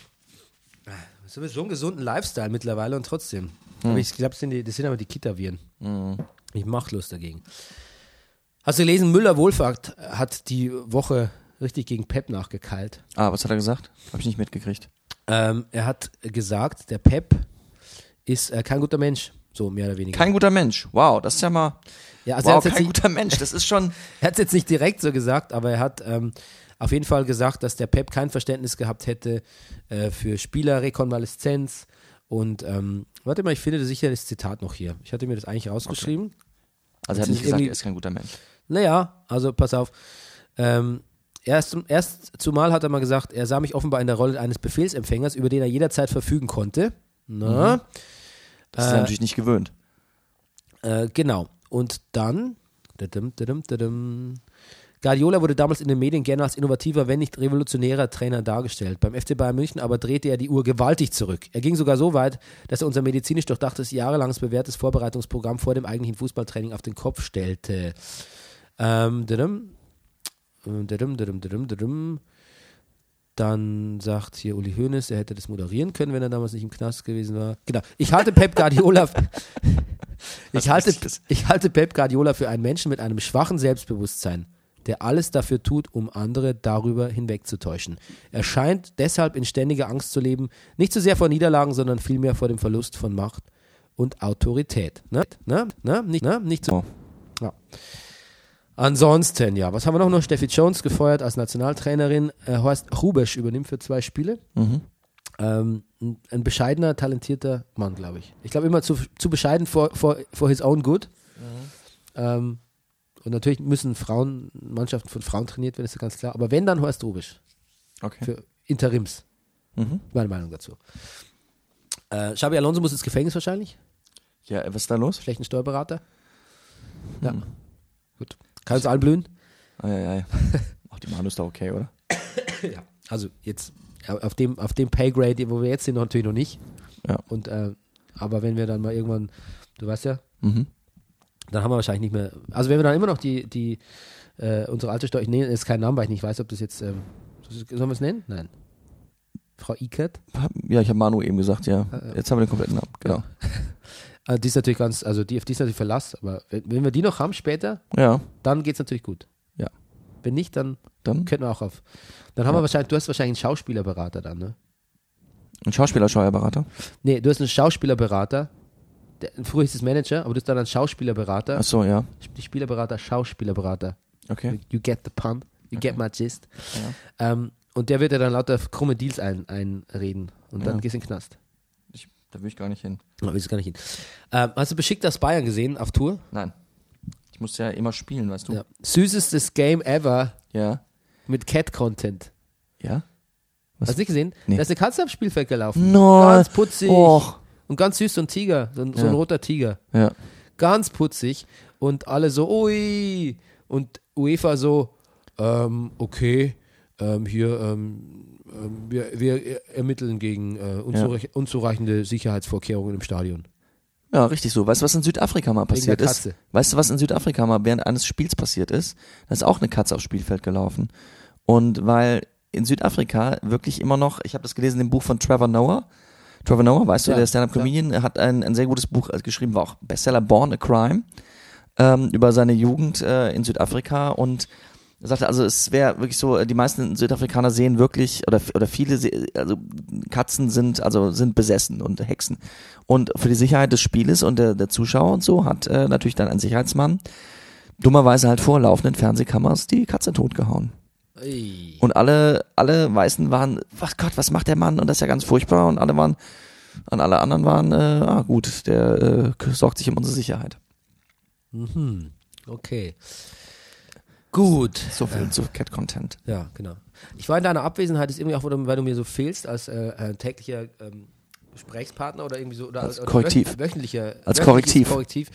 Sowieso einen gesunden Lifestyle mittlerweile und trotzdem. Mhm. Aber ich glaube, das, das sind aber die Kita-Viren. Mhm. Ich mach Lust dagegen. Hast du gelesen, Müller-Wohlfahrt hat die Woche richtig gegen Pep nachgekeilt. Ah, was hat er gesagt? Habe ich nicht mitgekriegt. Ähm, er hat gesagt, der Pep ist äh, kein guter Mensch, so mehr oder weniger. Kein guter Mensch, wow, das ist ja mal, ja, also wow, er kein nicht, guter Mensch, das ist schon... Er hat es jetzt nicht direkt so gesagt, aber er hat ähm, auf jeden Fall gesagt, dass der Pep kein Verständnis gehabt hätte äh, für Spielerrekonvaleszenz und ähm, warte mal, ich finde sicher das Zitat noch hier. Ich hatte mir das eigentlich rausgeschrieben. Okay. Also er hat nicht gesagt, er ist kein guter Mensch. Naja, also pass auf. Ähm, erst, erst zumal hat er mal gesagt, er sah mich offenbar in der Rolle eines Befehlsempfängers, über den er jederzeit verfügen konnte. Na? Mhm. Das ist äh, er natürlich nicht gewöhnt. Äh, genau. Und dann dadum, dadum, dadum, Guardiola wurde damals in den Medien gerne als innovativer, wenn nicht revolutionärer Trainer dargestellt. Beim F C Bayern München aber drehte er die Uhr gewaltig zurück. Er ging sogar so weit, dass er unser medizinisch durchdachtes, jahrelanges bewährtes Vorbereitungsprogramm vor dem eigentlichen Fußballtraining auf den Kopf stellte. Ähm, dadum, dadum, dadum, dadum, dadum. Dann sagt hier Uli Hoeneß, er hätte das moderieren können, wenn er damals nicht im Knast gewesen war. Genau. Ich halte Pep Guardiola ich, halte, ich halte Pep Guardiola für einen Menschen mit einem schwachen Selbstbewusstsein, der alles dafür tut, um andere darüber hinwegzutäuschen. Er scheint deshalb in ständiger Angst zu leben, nicht so sehr vor Niederlagen, sondern vielmehr vor dem Verlust von Macht und Autorität. Ne? Ne? Ne? Nicht, ne? Nicht so. Ja. Ansonsten, ja, was haben wir noch? noch? Steffi Jones gefeuert als Nationaltrainerin. Äh, Horst Rubesch übernimmt für zwei Spiele. Mhm. Ähm, ein, ein bescheidener, talentierter Mann, glaube ich. Ich glaube immer zu, zu bescheiden for, for, for his own good. Mhm. Ähm, und natürlich müssen Frauen, Mannschaften von Frauen trainiert werden, ist ja ganz klar. Aber wenn, dann Horst Rubesch. Okay. Für Interims. Mhm. Meine Meinung dazu. Äh, Xabi Alonso muss ins Gefängnis wahrscheinlich. Ja, was ist da los? Schlechten Steuerberater. Ja. Hm. Gut. Kann uns allen blühen. Ah, ja, ja. Auch die Manu ist da okay, oder? Ja. Also jetzt auf dem, auf dem Paygrade, wo wir jetzt sind, natürlich noch nicht. Ja. Und, äh, aber wenn wir dann mal irgendwann, du weißt ja, Mhm. dann haben wir wahrscheinlich nicht mehr, also wenn wir dann immer noch die, die äh, unsere alte Steuer, ich nenne jetzt keinen Namen, weil ich nicht weiß, ob das jetzt, ähm, sollen wir es nennen? Nein. Frau Ikert? Ja, ich habe Manu eben gesagt, ja. Jetzt haben wir den kompletten Namen, genau. Also die ist natürlich ganz, also die, auf die ist natürlich Verlass, aber wenn, wenn wir die noch haben später, Ja, dann geht es natürlich gut. Ja. Wenn nicht, dann dann könnten wir auch auf. Dann haben Ja. wir wahrscheinlich, du hast wahrscheinlich einen Schauspielerberater dann, ne? ein Schauspieler-Steuerberater. Nee, du hast einen Schauspielerberater, der, früher hieß es Manager, aber du hast dann einen Schauspielerberater, Ach so, ja. die Spielerberater, Schauspielerberater. Okay. You get the pun, you get my gist. Ja. Ähm, und der wird ja dann lauter krumme Deals ein, einreden und dann Ja. gehst du in den Knast. Ich, da will ich gar nicht hin. Aber ist gar nicht hin. Ähm, hast du Besiktas Bayern gesehen auf Tour? Nein. Ich muss ja immer spielen, weißt du? Ja. Süßestes Game ever Ja. mit Cat-Content. Ja? Was? Hast du nicht gesehen? Nee. Da ist eine Katze am Spielfeld gelaufen. Nein. Ganz putzig. Och. Und ganz süß, so ein Tiger, so ein, so ein Ja. roter Tiger. Ja. Ganz putzig. Und alle so, ui. Und UEFA so, ähm, okay, ähm, hier, ähm, ähm, wir, wir ermitteln gegen äh, unzureich- unzureichende Sicherheitsvorkehrungen im Stadion. Ja, richtig so. Weißt du, was in Südafrika mal passiert der ist? Katze. Weißt du, was in Südafrika mal während eines Spiels passiert ist? Da ist auch eine Katze aufs Spielfeld gelaufen. Und weil in Südafrika wirklich immer noch, ich habe das gelesen im Buch von Trevor Noah. Trevor Noah, weißt du, Ja, der Stand-Up-Comedian, er hat ein, ein sehr gutes Buch geschrieben, war auch Bestseller, Born a Crime, ähm, über seine Jugend äh, in Südafrika. Und er sagte, also es wäre wirklich so, die meisten Südafrikaner sehen wirklich, oder oder viele, se- also Katzen sind, also sind besessen und Hexen. Und für die Sicherheit des Spieles und der, der Zuschauer und so hat äh, natürlich dann ein Sicherheitsmann dummerweise halt vor laufenden Fernsehkameras die Katze totgehauen. Ui. Und alle, alle Weißen waren, was Gott, was macht der Mann? Und das ist ja ganz furchtbar. Und alle waren, und alle anderen waren, äh, ah gut, der äh, sorgt sich um unsere Sicherheit. Mhm. Okay. Gut. So viel zu Cat-Content. Ja, genau. Ich war in deiner Abwesenheit, ist irgendwie auch, weil du mir so fehlst als äh, äh, täglicher ähm, Gesprächspartner oder irgendwie so. Oder, Als oder Korrektiv. wöch- Wöchentlicher. Als wöchentliches Korrektiv. Korrektiv.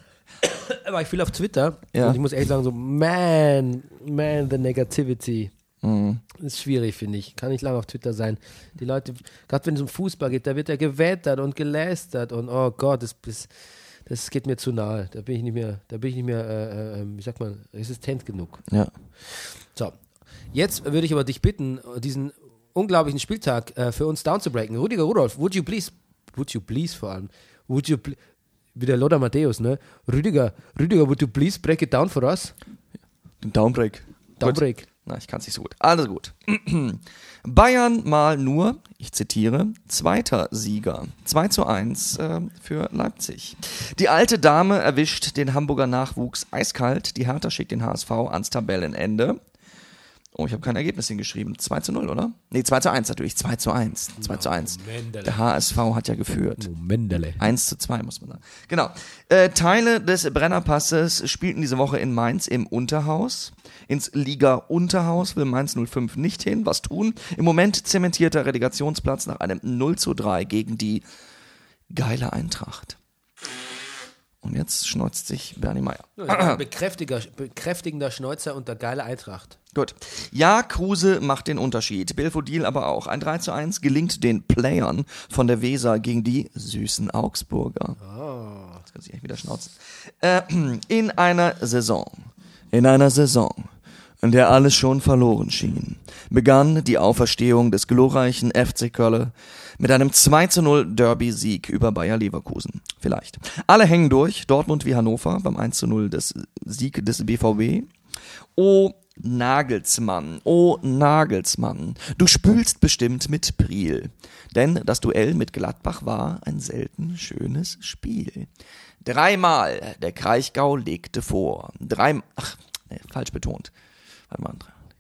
Aber ich viel auf Twitter Ja. und ich muss ehrlich sagen, so, man, man, the negativity. Mhm. Das ist schwierig, finde ich. Kann nicht lange auf Twitter sein. Die Leute, gerade wenn es um Fußball geht, da wird ja gewettert und gelästert und oh Gott, das, das, das geht mir zu nahe. Da bin ich nicht mehr, da bin ich nicht mehr, äh, äh, wie sagt man, resistent genug. Ja. So, jetzt würde ich aber dich bitten, diesen unglaublichen Spieltag äh, für uns down zu breaken. Rüdiger Rudolf, would you please, would you please vor allem, would you please, wie der Lothar Matthäus, ne? Rüdiger, Rüdiger, would you please break it down for us? Den Downbreak. Downbreak. Gut. Na, ich kann es nicht so gut. Also gut. Bayern mal nur, ich zitiere, zweiter Sieger. zwei zu eins äh, für Leipzig. Die alte Dame erwischt den Hamburger Nachwuchs eiskalt. Die Hertha schickt den H S V ans Tabellenende. Oh, ich habe kein Ergebnis hingeschrieben. zwei zu null, oder? Nee, zwei zu eins natürlich. zwei zu eins. zwei zu eins. Mendele. Der H S V hat ja geführt. Mendele. eins zu zwei, muss man sagen. Genau. Äh, Teile des Brennerpasses spielten diese Woche in Mainz im Unterhaus. Ins Liga-Unterhaus will Mainz null fünf nicht hin. Was tun? Im Moment zementierter Relegationsplatz nach einem null zu drei gegen die geile Eintracht. Und jetzt schneuzt sich Bernie Meyer. Ja, bekräftiger, bekräftigender Schnäuzer und der geile Eintracht. Gut. Ja, Kruse macht den Unterschied. Belfodil aber auch. Ein drei zu eins gelingt den Playern von der Weser gegen die süßen Augsburger. Oh. Jetzt kann sich echt wieder schnauzen. Äh, in einer Saison, in einer Saison, in der alles schon verloren schien, begann die Auferstehung des glorreichen F C Köln mit einem zwei zu null Derby-Sieg über Bayer Leverkusen. Vielleicht. Alle hängen durch, Dortmund wie Hannover beim eins zu null des Sieg des B V B. Oh Nagelsmann, oh Nagelsmann, du spülst bestimmt mit Priel. Denn das Duell mit Gladbach war ein selten schönes Spiel. Dreimal der Kraichgau legte vor. Drei, ach, nee, falsch betont. Warte mal.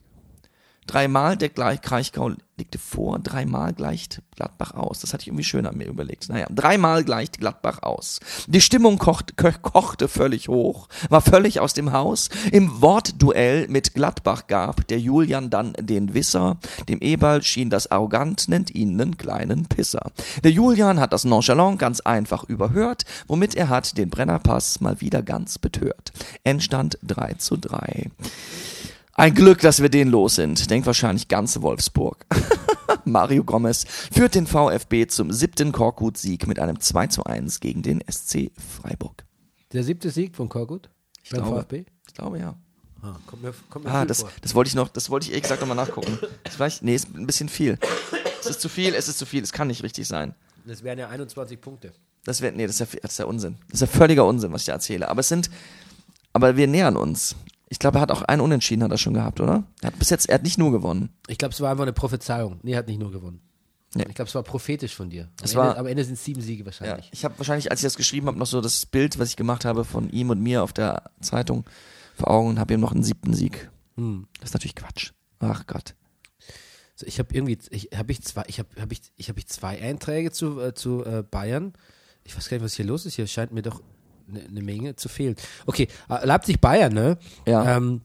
Dreimal der Kraichgau legte vor, dreimal gleicht Gladbach aus. Das hatte ich irgendwie schön an mir überlegt. Naja, dreimal gleicht Gladbach aus. Die Stimmung kocht, ko- kochte völlig hoch, war völlig aus dem Haus. Im Wortduell mit Gladbach gab der Julian dann den Wisser. Dem Eberl schien das arrogant, nennt ihn einen kleinen Pisser. Der Julian hat das nonchalant ganz einfach überhört, womit er hat den Brennerpass mal wieder ganz betört. Endstand drei zu drei. Ein Glück, dass wir den los sind, denkt wahrscheinlich ganz Wolfsburg. Mario Gomez führt den VfB zum siebten Korkut-Sieg mit einem zwei zu eins gegen den S C Freiburg. Der siebte Sieg von Korkut Ich beim glaube, VfB? Ich glaube, ja. Ah, kommt mir, kommt mir Ah, viel das, vor. das wollte ich noch, das wollte ich ehrlich gesagt nochmal nachgucken. Das vielleicht, nee, ist ein bisschen viel. Es ist zu viel, es ist zu viel, es kann nicht richtig sein. Das wären ja einundzwanzig Punkte. Das wäre, nee, das ist, ja, das ist ja Unsinn. Das ist ja völliger Unsinn, was ich da erzähle. Aber es sind, aber wir nähern uns. Ich glaube, er hat auch einen Unentschieden hat er schon gehabt, oder? Er hat bis jetzt, er hat nicht nur gewonnen. Ich glaube, es war einfach eine Prophezeiung. Nee, er hat nicht nur gewonnen. Nee. Ich glaube, es war prophetisch von dir. Am, Es Ende, war- am Ende sind es sieben Siege Ja, wahrscheinlich. ich habe wahrscheinlich, als ich das geschrieben habe, noch so das Bild, was ich gemacht habe von ihm und mir auf der Zeitung vor Augen und habe ihm noch einen siebten Sieg. Hm. Das ist natürlich Quatsch. Ach Gott. So, ich habe irgendwie, ich habe ich zwei, ich habe hab ich, ich habe ich zwei Einträge zu, äh, zu äh, Bayern. Ich weiß gar nicht, was hier los ist. Hier scheint mir doch eine ne Menge zu fehlen. Okay, äh, Leipzig-Bayern, ne? Ja. Ähm,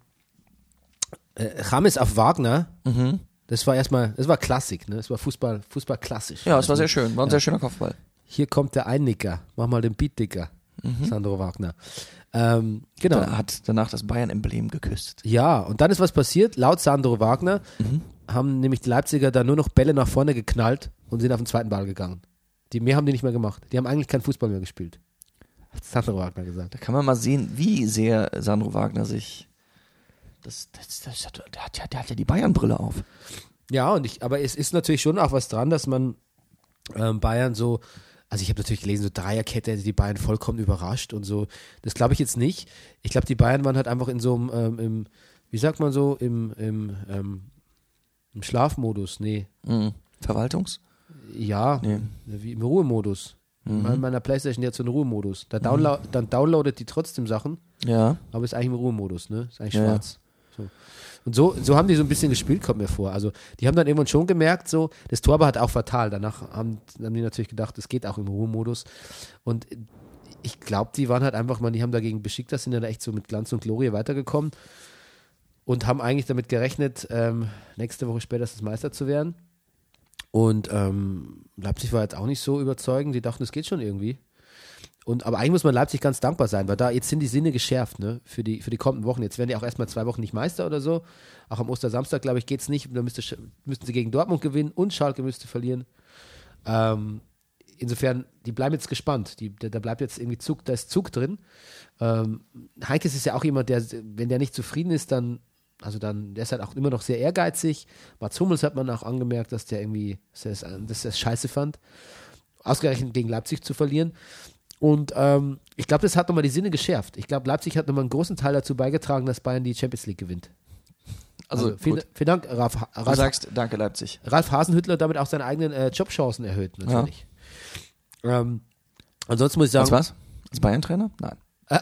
äh, James auf Wagner. Mhm. Das war erstmal, das war Klassik, ne? Das war Fußball, Fußball klassisch. Ja, es war sehr schön. War ein Ja. sehr schöner Kopfball. Hier kommt der Einnicker. Mach mal den Beatnicker. Sandro Wagner. Ähm, genau. Er hat danach das Bayern-Emblem geküsst. Ja, und dann ist was passiert. Laut Sandro Wagner haben nämlich die Leipziger da nur noch Bälle nach vorne geknallt und sind auf den zweiten Ball gegangen. Die mehr haben die nicht mehr gemacht. Die haben eigentlich keinen Fußball mehr gespielt. Hat Sandro Wagner gesagt. Da kann man mal sehen, wie sehr Sandro Wagner sich. Das, das, das, der, hat ja, der hat ja die Bayern-Brille auf. Ja, und ich, aber es ist natürlich schon auch was dran, dass man ähm, Bayern so, also ich habe natürlich gelesen, so Dreierkette hätte die Bayern vollkommen überrascht und so. Das glaube ich jetzt nicht. Ich glaube, die Bayern waren halt einfach in so einem, ähm, im, wie sagt man so, im, im, ähm, im Schlafmodus. Nee, Mhm. Verwaltungs? ja, Nee. wie im Ruhemodus. Mhm. Meiner Playstation, die hat so einen Ruhemodus. Da download, dann downloadet die trotzdem Sachen, Ja. aber ist eigentlich im Ruhemodus, ne? Ist eigentlich Ja, schwarz. So. Und so, so haben die so ein bisschen gespielt, kommt mir vor. Also die haben dann irgendwann schon gemerkt, so, das Tor war halt auch fatal. Danach haben, haben die natürlich gedacht, das geht auch im Ruhemodus. Und ich glaube, die waren halt einfach, man, die haben dagegen beschickt, das sind dann echt so mit Glanz und Glorie weitergekommen und haben eigentlich damit gerechnet, ähm, nächste Woche spätestens Meister zu werden. Und ähm, Leipzig war jetzt auch nicht so überzeugend. Die dachten, es geht schon irgendwie. Und, aber eigentlich muss man Leipzig ganz dankbar sein, weil da jetzt sind die Sinne geschärft, ne, für die, für die kommenden Wochen. Jetzt werden die auch erstmal zwei Wochen nicht Meister oder so. Auch am Ostersamstag, glaube ich, geht es nicht. Da müsste, müssten sie gegen Dortmund gewinnen und Schalke müsste verlieren. Ähm, insofern, die bleiben jetzt gespannt. Die, da, da bleibt jetzt irgendwie Zug, da ist Zug drin. Ähm, Heinkes ist ja auch jemand, der, wenn der nicht zufrieden ist, dann, also dann, der ist halt auch immer noch sehr ehrgeizig. Mats Hummels hat man auch angemerkt, dass der irgendwie, dass er das, das scheiße fand, ausgerechnet gegen Leipzig zu verlieren. Und ähm, ich glaube, das hat nochmal die Sinne geschärft. Ich glaube, Leipzig hat nochmal einen großen Teil dazu beigetragen, dass Bayern die Champions League gewinnt. Also, Also, vielen, gut. vielen Dank, Ralf, Du Ralf, sagst, danke Leipzig. Ralf Hasenhüttler hat damit auch seine eigenen äh, Jobchancen erhöht, natürlich. Ähm, ansonsten muss ich sagen, Was war's? Als Bayern-Trainer? Nein.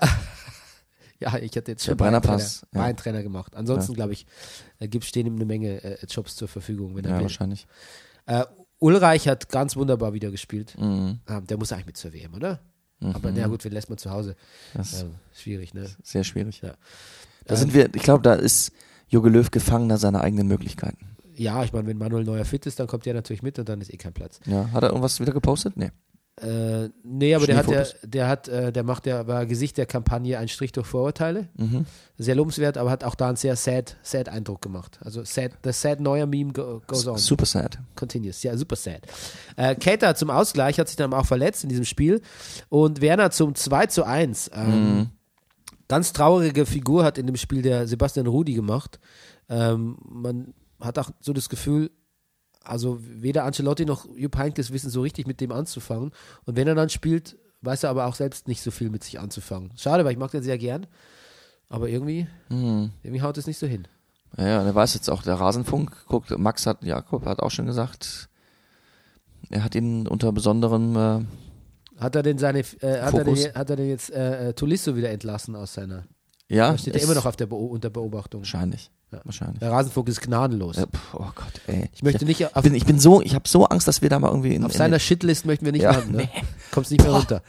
ja, ich hatte jetzt Der schon Brennerpass, Bayern-Trainer ja. Bayern-Trainer gemacht. Ansonsten, Ja. glaube ich, äh, gibt, stehen ihm eine Menge äh, Jobs zur Verfügung, wenn er Ja, will. wahrscheinlich. Äh, Ulreich hat ganz wunderbar wieder gespielt. Mhm. Ähm, der muss eigentlich mit zur W M, oder? Mhm. Aber na gut, wen lässt man zu Hause? Das ist Ähm, schwierig, ne? sehr schwierig. Ja. Da Ähm, sind wir, ich glaube, da ist Jogi Löw Gefangener seiner eigenen Möglichkeiten. Ja, ich meine, wenn Manuel Neuer fit ist, dann kommt der natürlich mit und dann ist eh kein Platz. Ja. Hat er irgendwas wieder gepostet? Nee. Äh, nee, aber der hat, der, Schneefotos? der hat, äh, der macht ja, war Gesicht der Kampagne ein Strich durch Vorurteile. Mhm. Sehr lobenswert, aber hat auch da einen sehr sad, sad Eindruck gemacht. Also sad, the sad Neuer Meme go, goes on. Super sad. Continues. Ja, super sad. Äh, Keita zum Ausgleich hat sich dann auch verletzt in diesem Spiel und Werner zum zwei zu eins. Ähm, Mhm. Ganz traurige Figur hat in dem Spiel der Sebastian Rudi gemacht. Ähm, man hat auch so das Gefühl, also weder Ancelotti noch Jupp Heynckes wissen so richtig mit dem anzufangen. Und wenn er dann spielt, weiß er aber auch selbst nicht so viel mit sich anzufangen. Schade, weil ich mag den sehr gern. Aber irgendwie, Mhm. irgendwie haut es nicht so hin. Ja, ja, und er weiß jetzt auch, der Rasenfunk guckt, Max hat, Jakob hat auch schon gesagt, er hat ihn unter besonderem, äh, Hat er denn seine, äh, hat, er Fokus. denn, hat er denn jetzt äh, Tolisso wieder entlassen aus seiner? ja, Da steht er ist- immer noch auf der Beo- unter Beobachtung. wahrscheinlich, Ja. wahrscheinlich. Der Rasenfunk ist gnadenlos. Ja, pf, oh Gott, ey. Ich möchte nicht, Ich auf, bin, ich bin so, ich habe so Angst, dass wir da mal irgendwie in, auf in seiner Shitlist möchten wir nicht Ja, landen. Ne? Kommst nicht mehr runter.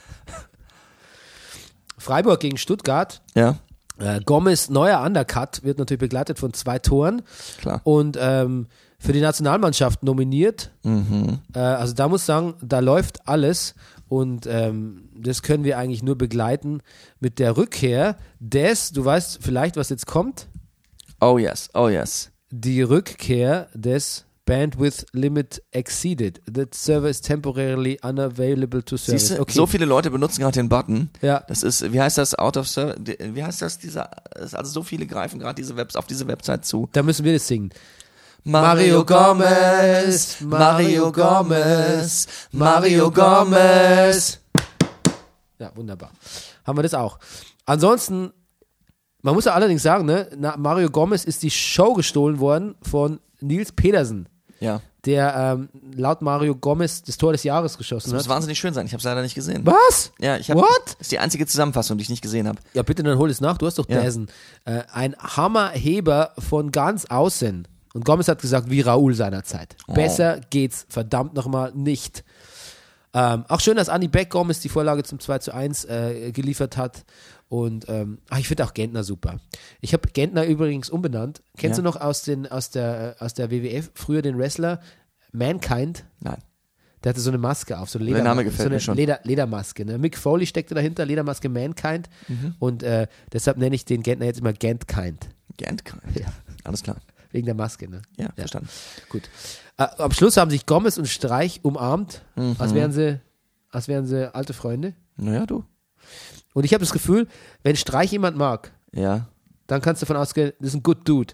Freiburg gegen Stuttgart. ja, Äh, Gomez, neuer Undercut, wird natürlich begleitet von zwei Toren klar. und ähm, für die Nationalmannschaft nominiert. Mhm. Äh, also da muss ich sagen, da läuft alles und ähm, das können wir eigentlich nur begleiten mit der Rückkehr des, du weißt vielleicht, was jetzt kommt, Oh yes, oh yes. die Rückkehr des Bandwidth limit exceeded. The server is temporarily unavailable to service. Siehst du, okay. so viele Leute benutzen gerade den Button. Ja. Das ist, wie heißt das, out of service, wie heißt das, dieser, also so viele greifen gerade diese Webs auf diese Website zu. Da müssen wir das singen. Mario Gomez, Mario Gomez, Mario Gomez. Ja, wunderbar. Haben wir das auch. Ansonsten, man muss ja allerdings sagen, ne, na, Mario Gomez ist die Show gestohlen worden von Nils Pedersen, Ja. der ähm, laut Mario Gomez das Tor des Jahres geschossen Das muss hat. wahnsinnig schön sein. Ich habe es leider nicht gesehen. Was? Ja, ich hab, What? Das ist die einzige Zusammenfassung, die ich nicht gesehen habe. Ja, bitte, dann hol es nach. Du hast doch Ja. Pedersen. Äh, ein Hammerheber von ganz außen. Und Gomez hat gesagt, wie Raoul seinerzeit. Oh. Besser geht's verdammt nochmal nicht. Ähm, auch schön, dass Andi Beck Gomez die Vorlage zum zwei zu eins äh, geliefert hat. Und ähm, ach, ich finde auch Gentner super. Ich habe Gentner übrigens umbenannt. Kennst Ja. du noch aus, den, aus, der, aus der W W F früher den Wrestler Mankind? Nein. Der hatte so eine Maske auf, so eine, Der Leder, Name gefällt so eine mir schon. Leder, Ledermaske. Ne? Mick Foley steckte dahinter, Ledermaske Mankind. Mhm. Und äh, deshalb nenne ich den Gentner jetzt immer Gentkind. Gentkind. Ja. Alles klar. Wegen der Maske. Ne? Ja, verstanden. Gut. Äh, am Schluss haben sich Gomez und Streich umarmt, Mhm. als wären sie, als wären sie alte Freunde. Naja, du. Und ich habe das Gefühl, wenn Streich jemand mag, Ja. dann kannst du davon ausgehen, das ist ein good dude.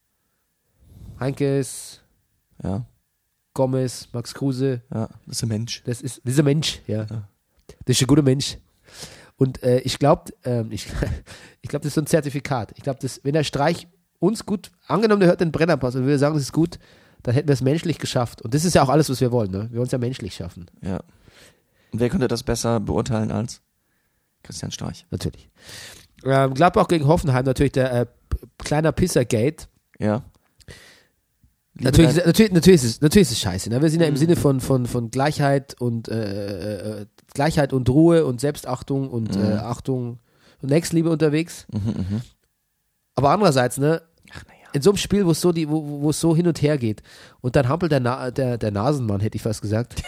Heinkes, Ja. Gomez, Max Kruse, Ja. Das ist ein Mensch. das ist, das ist ein Mensch, ja. Das ist ein guter Mensch. Und äh, ich glaube, ähm, ich, ich glaube, das ist so ein Zertifikat. Ich glaube, wenn der Streich uns gut, angenommen, der hört den Brennerpass und würde sagen, das ist gut, dann hätten wir es menschlich geschafft. Und das ist ja auch alles, was wir wollen, ne? Wir wollen es ja menschlich schaffen. Ja. Und wer könnte das besser beurteilen als Christian Streich? Natürlich. Ähm, Gladbach gegen Hoffenheim, natürlich der äh, p- kleiner Pisser-Gate. Ja. Liebe Natürlich, dein- natürlich, natürlich, ist es, natürlich ist es scheiße. Ne? Wir sind ja im Mhm. Sinne von, von, von Gleichheit und äh, äh, Gleichheit und Ruhe und Selbstachtung und Mhm. äh, Achtung und Nächstenliebe unterwegs. Mhm, mhm. Aber andererseits, ne, Ach, naja. in so einem Spiel, wo es so, die, wo, wo es so hin und her geht und dann hampelt der, Na, der, der Nasenmann, hätte ich fast gesagt.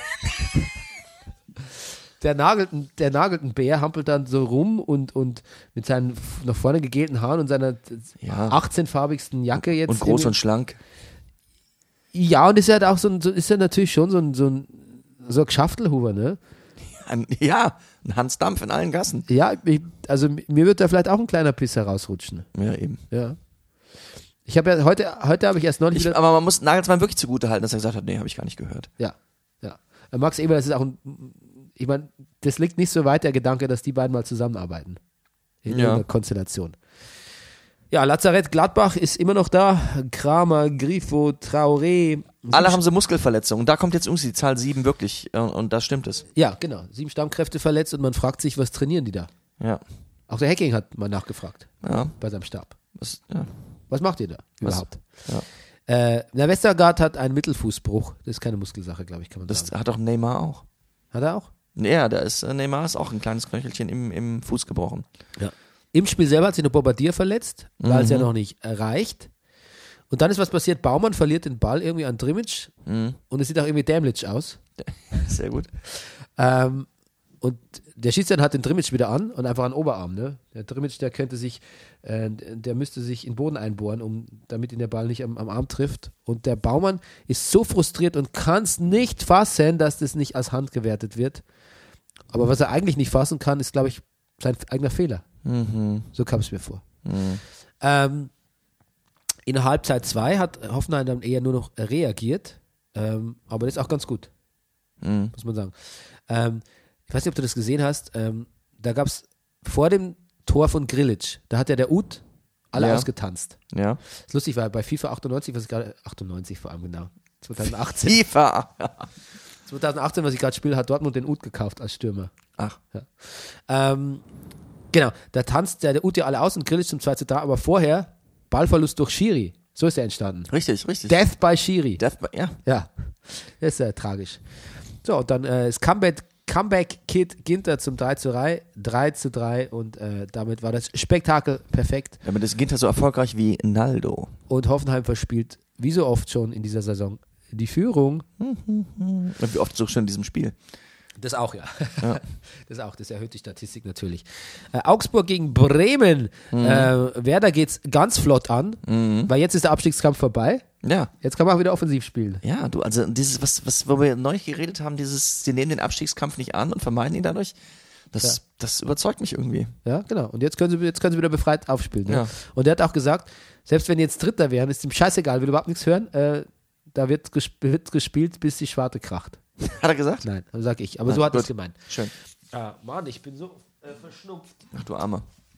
Der nagelt, ein- der nagelt ein Bär, hampelt dann so rum und, und mit seinen f- nach vorne gegelten Haaren und seiner Ja. achtzehnfarbigsten Jacke jetzt. Und groß irgendwie- und schlank. Ja, und ist ja auch so ein, so ist ja natürlich schon so ein, so ein, so ein Geschaftelhuber, ne? Ein, ja, ein Hans Dampf in allen Gassen. Ja, ich, also mir wird da vielleicht auch ein kleiner Pisser rausrutschen. Ja, eben. Ja. Ich habe ja heute, heute habe ich erst neulich Ich, wieder. aber man muss Nagelsmann wirklich zugute halten, dass er gesagt hat, nee, habe ich gar nicht gehört. Ja, ja. Äh, Max Eber, das ist auch ein, ich meine, das liegt nicht so weit, der Gedanke, dass die beiden mal zusammenarbeiten. In Ja. einer Konstellation. Ja, Lazarett Gladbach ist immer noch da. Kramer, Grifo, Traoré. Alle haben so Muskelverletzungen. Da kommt jetzt irgendwie die Zahl sieben wirklich. äh, Und da stimmt es. Ja, genau. Sieben Stammkräfte verletzt und man fragt sich, was trainieren die da? Ja. Auch der Hacking hat mal nachgefragt Ja. bei seinem Stab. Was, ja. Was macht ihr da Was? überhaupt? Ja. Äh, der Westergaard hat einen Mittelfußbruch. Das ist keine Muskelsache, glaube ich, kann man Das sagen. hat auch Neymar auch. Hat er auch? Ja, da ist, äh, Neymar ist auch ein kleines Knöchelchen im, im Fuß gebrochen. Ja. Im Spiel selber hat sich noch Bombardier verletzt, weil es Mhm. ja noch nicht reicht. Und dann ist was passiert, Baumann verliert den Ball irgendwie an Drimic Mhm. und es sieht auch irgendwie dämlich aus. Sehr gut. Ähm, und der Schiedsrichter hat den Drimic wieder an und einfach an den Oberarm. Ne? Der Drimic, der könnte sich, äh, der müsste sich in den Boden einbohren, um, damit ihn der Ball nicht am, am Arm trifft. Und der Baumann ist so frustriert und kann es nicht fassen, dass das nicht als Hand gewertet wird. Aber was er eigentlich nicht fassen kann, ist, glaube ich, sein eigener Fehler. Mhm. So kam es mir vor. Mhm. Ähm, in Halbzeit zwei hat Hoffenheim dann eher nur noch reagiert, ähm, aber das ist auch ganz gut, Mhm. muss man sagen. Ähm, ich weiß nicht, ob du das gesehen hast, ähm, da gab es vor dem Tor von Grilic, da hat ja der Ut alle Ja. ausgetanzt. Ja. Das ist lustig, weil bei FIFA achtundneunzig, was ich gerade, achtundneunzig vor allem genau, zweitausendachtzehn, FIFA. zweitausendachtzehn, was ich gerade spiele, hat Dortmund den Ut gekauft als Stürmer. Ach. Ähm, genau, da tanzt der, der Ut ja alle aus und Grilic zum zwei zu drei, aber vorher Ballverlust durch Schiri. So ist er entstanden. Richtig, richtig. Death by Schiri. Death by, ja. Ja, das ist ja tragisch. So, und dann äh, ist Comeback, Comeback Kid Ginter zum drei zu drei, drei zu drei und äh, damit war das Spektakel perfekt. Damit ist Ginter so erfolgreich wie Naldo. Und Hoffenheim verspielt, wie so oft schon in dieser Saison, die Führung. Und wie oft so schon in diesem Spiel. Das auch, ja. Ja. Das auch, das erhöht die Statistik natürlich. Äh, Augsburg gegen Bremen. Mhm. Äh, Werder geht's ganz flott an, mhm. weil jetzt ist der Abstiegskampf vorbei. Ja. Jetzt kann man auch wieder offensiv spielen. Ja, du, also dieses, was, was, wo wir neulich geredet haben, dieses, sie nehmen den Abstiegskampf nicht an und vermeiden ihn dadurch, das, ja. das überzeugt mich irgendwie. Ja, genau. Und jetzt können sie, jetzt können sie wieder befreit aufspielen. Ne? Ja. Und er hat auch gesagt, selbst wenn die jetzt Dritter wären, ist ihm scheißegal, will überhaupt nichts hören, äh, da wird, gesp- wird gespielt, bis die Schwarte kracht. Hat er gesagt? Nein, sag ich. Aber Nein, so hat er gut. es gemeint. Schön. Ah, Mann, ich bin so äh, verschnupft. Ach du Arme.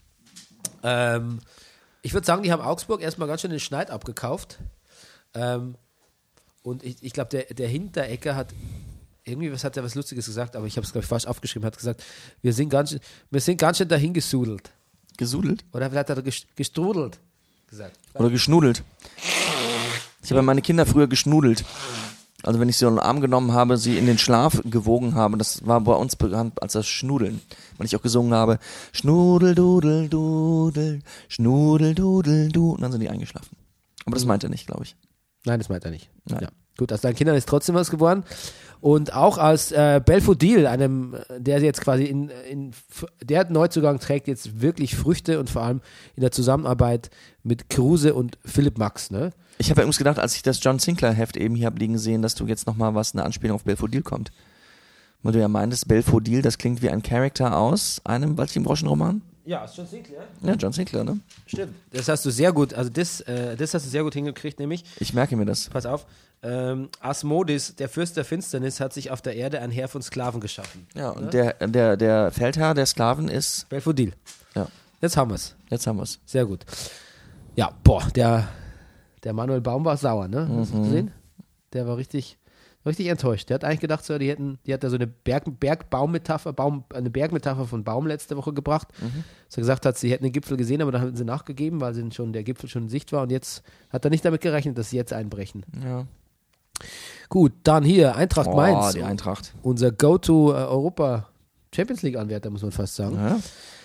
Ähm, ich würde sagen, die haben Augsburg erstmal ganz schön den Schneid abgekauft. Ähm, und ich, ich glaube, der, der Hinterecker hat irgendwie, was hat er was Lustiges gesagt, aber ich habe es, glaube ich, falsch aufgeschrieben, hat gesagt, wir sind ganz schön, wir sind ganz schön dahin gesudelt. Gesudelt? Oder vielleicht hat er ges- gestrudelt gesagt. Oder geschnudelt. Ich habe meine Kinder früher geschnudelt. Also wenn ich sie in den Arm genommen habe, sie in den Schlaf gewogen habe, das war bei uns bekannt als das Schnudeln. Weil ich auch gesungen habe, Schnudel, Dudel, Dudel, Schnudel, Dudel, du. Und dann sind die eingeschlafen. Aber das meint er nicht, glaube ich. Nein, das meint er nicht. Nein. Ja. Gut, aus deinen Kindern ist trotzdem was geworden. Und auch aus äh, Belfodil, einem, der jetzt quasi in, in der Neuzugang trägt jetzt wirklich Früchte und vor allem in der Zusammenarbeit mit Kruse und Philipp Max, ne? Ich habe ja übrigens gedacht, als ich das John Sinclair Heft eben hier habe liegen sehen, dass du jetzt nochmal was, eine Anspielung auf Belfodil kommt. Weil du ja meintest, Belfodil, das klingt wie ein Charakter aus einem Waldchen-Broschen-Roman. Ja, ist John Sinclair. Ja, John Sinclair, ne? Stimmt. Das hast du sehr gut, also das, äh, das hast du sehr gut hingekriegt, nämlich, Ich merke mir das. pass auf, ähm, Asmodis, der Fürst der Finsternis, hat sich auf der Erde ein Heer von Sklaven geschaffen. Ja, und der, der, der Feldherr der Sklaven ist, Belfodil. ja, Jetzt haben wir es. jetzt haben wir es. Sehr gut. Ja, boah, der, der Manuel Baum war sauer, ne? Hast du gesehen? Der war richtig, richtig enttäuscht. Der hat eigentlich gedacht, so, die hätten, die hat da so eine Berg, Bergbaummetapher, Baum, eine Bergmetapher von Baum letzte Woche gebracht. Mhm. Dass er gesagt hat, sie hätten den Gipfel gesehen, aber dann haben sie nachgegeben, weil sie schon, der Gipfel schon in Sicht war und jetzt hat er nicht damit gerechnet, dass sie jetzt einbrechen. Ja. Gut, dann hier, Eintracht Oh, Mainz. die Eintracht. Unser Go-To-Europa Champions League-Anwärter, muss man fast sagen. Ja.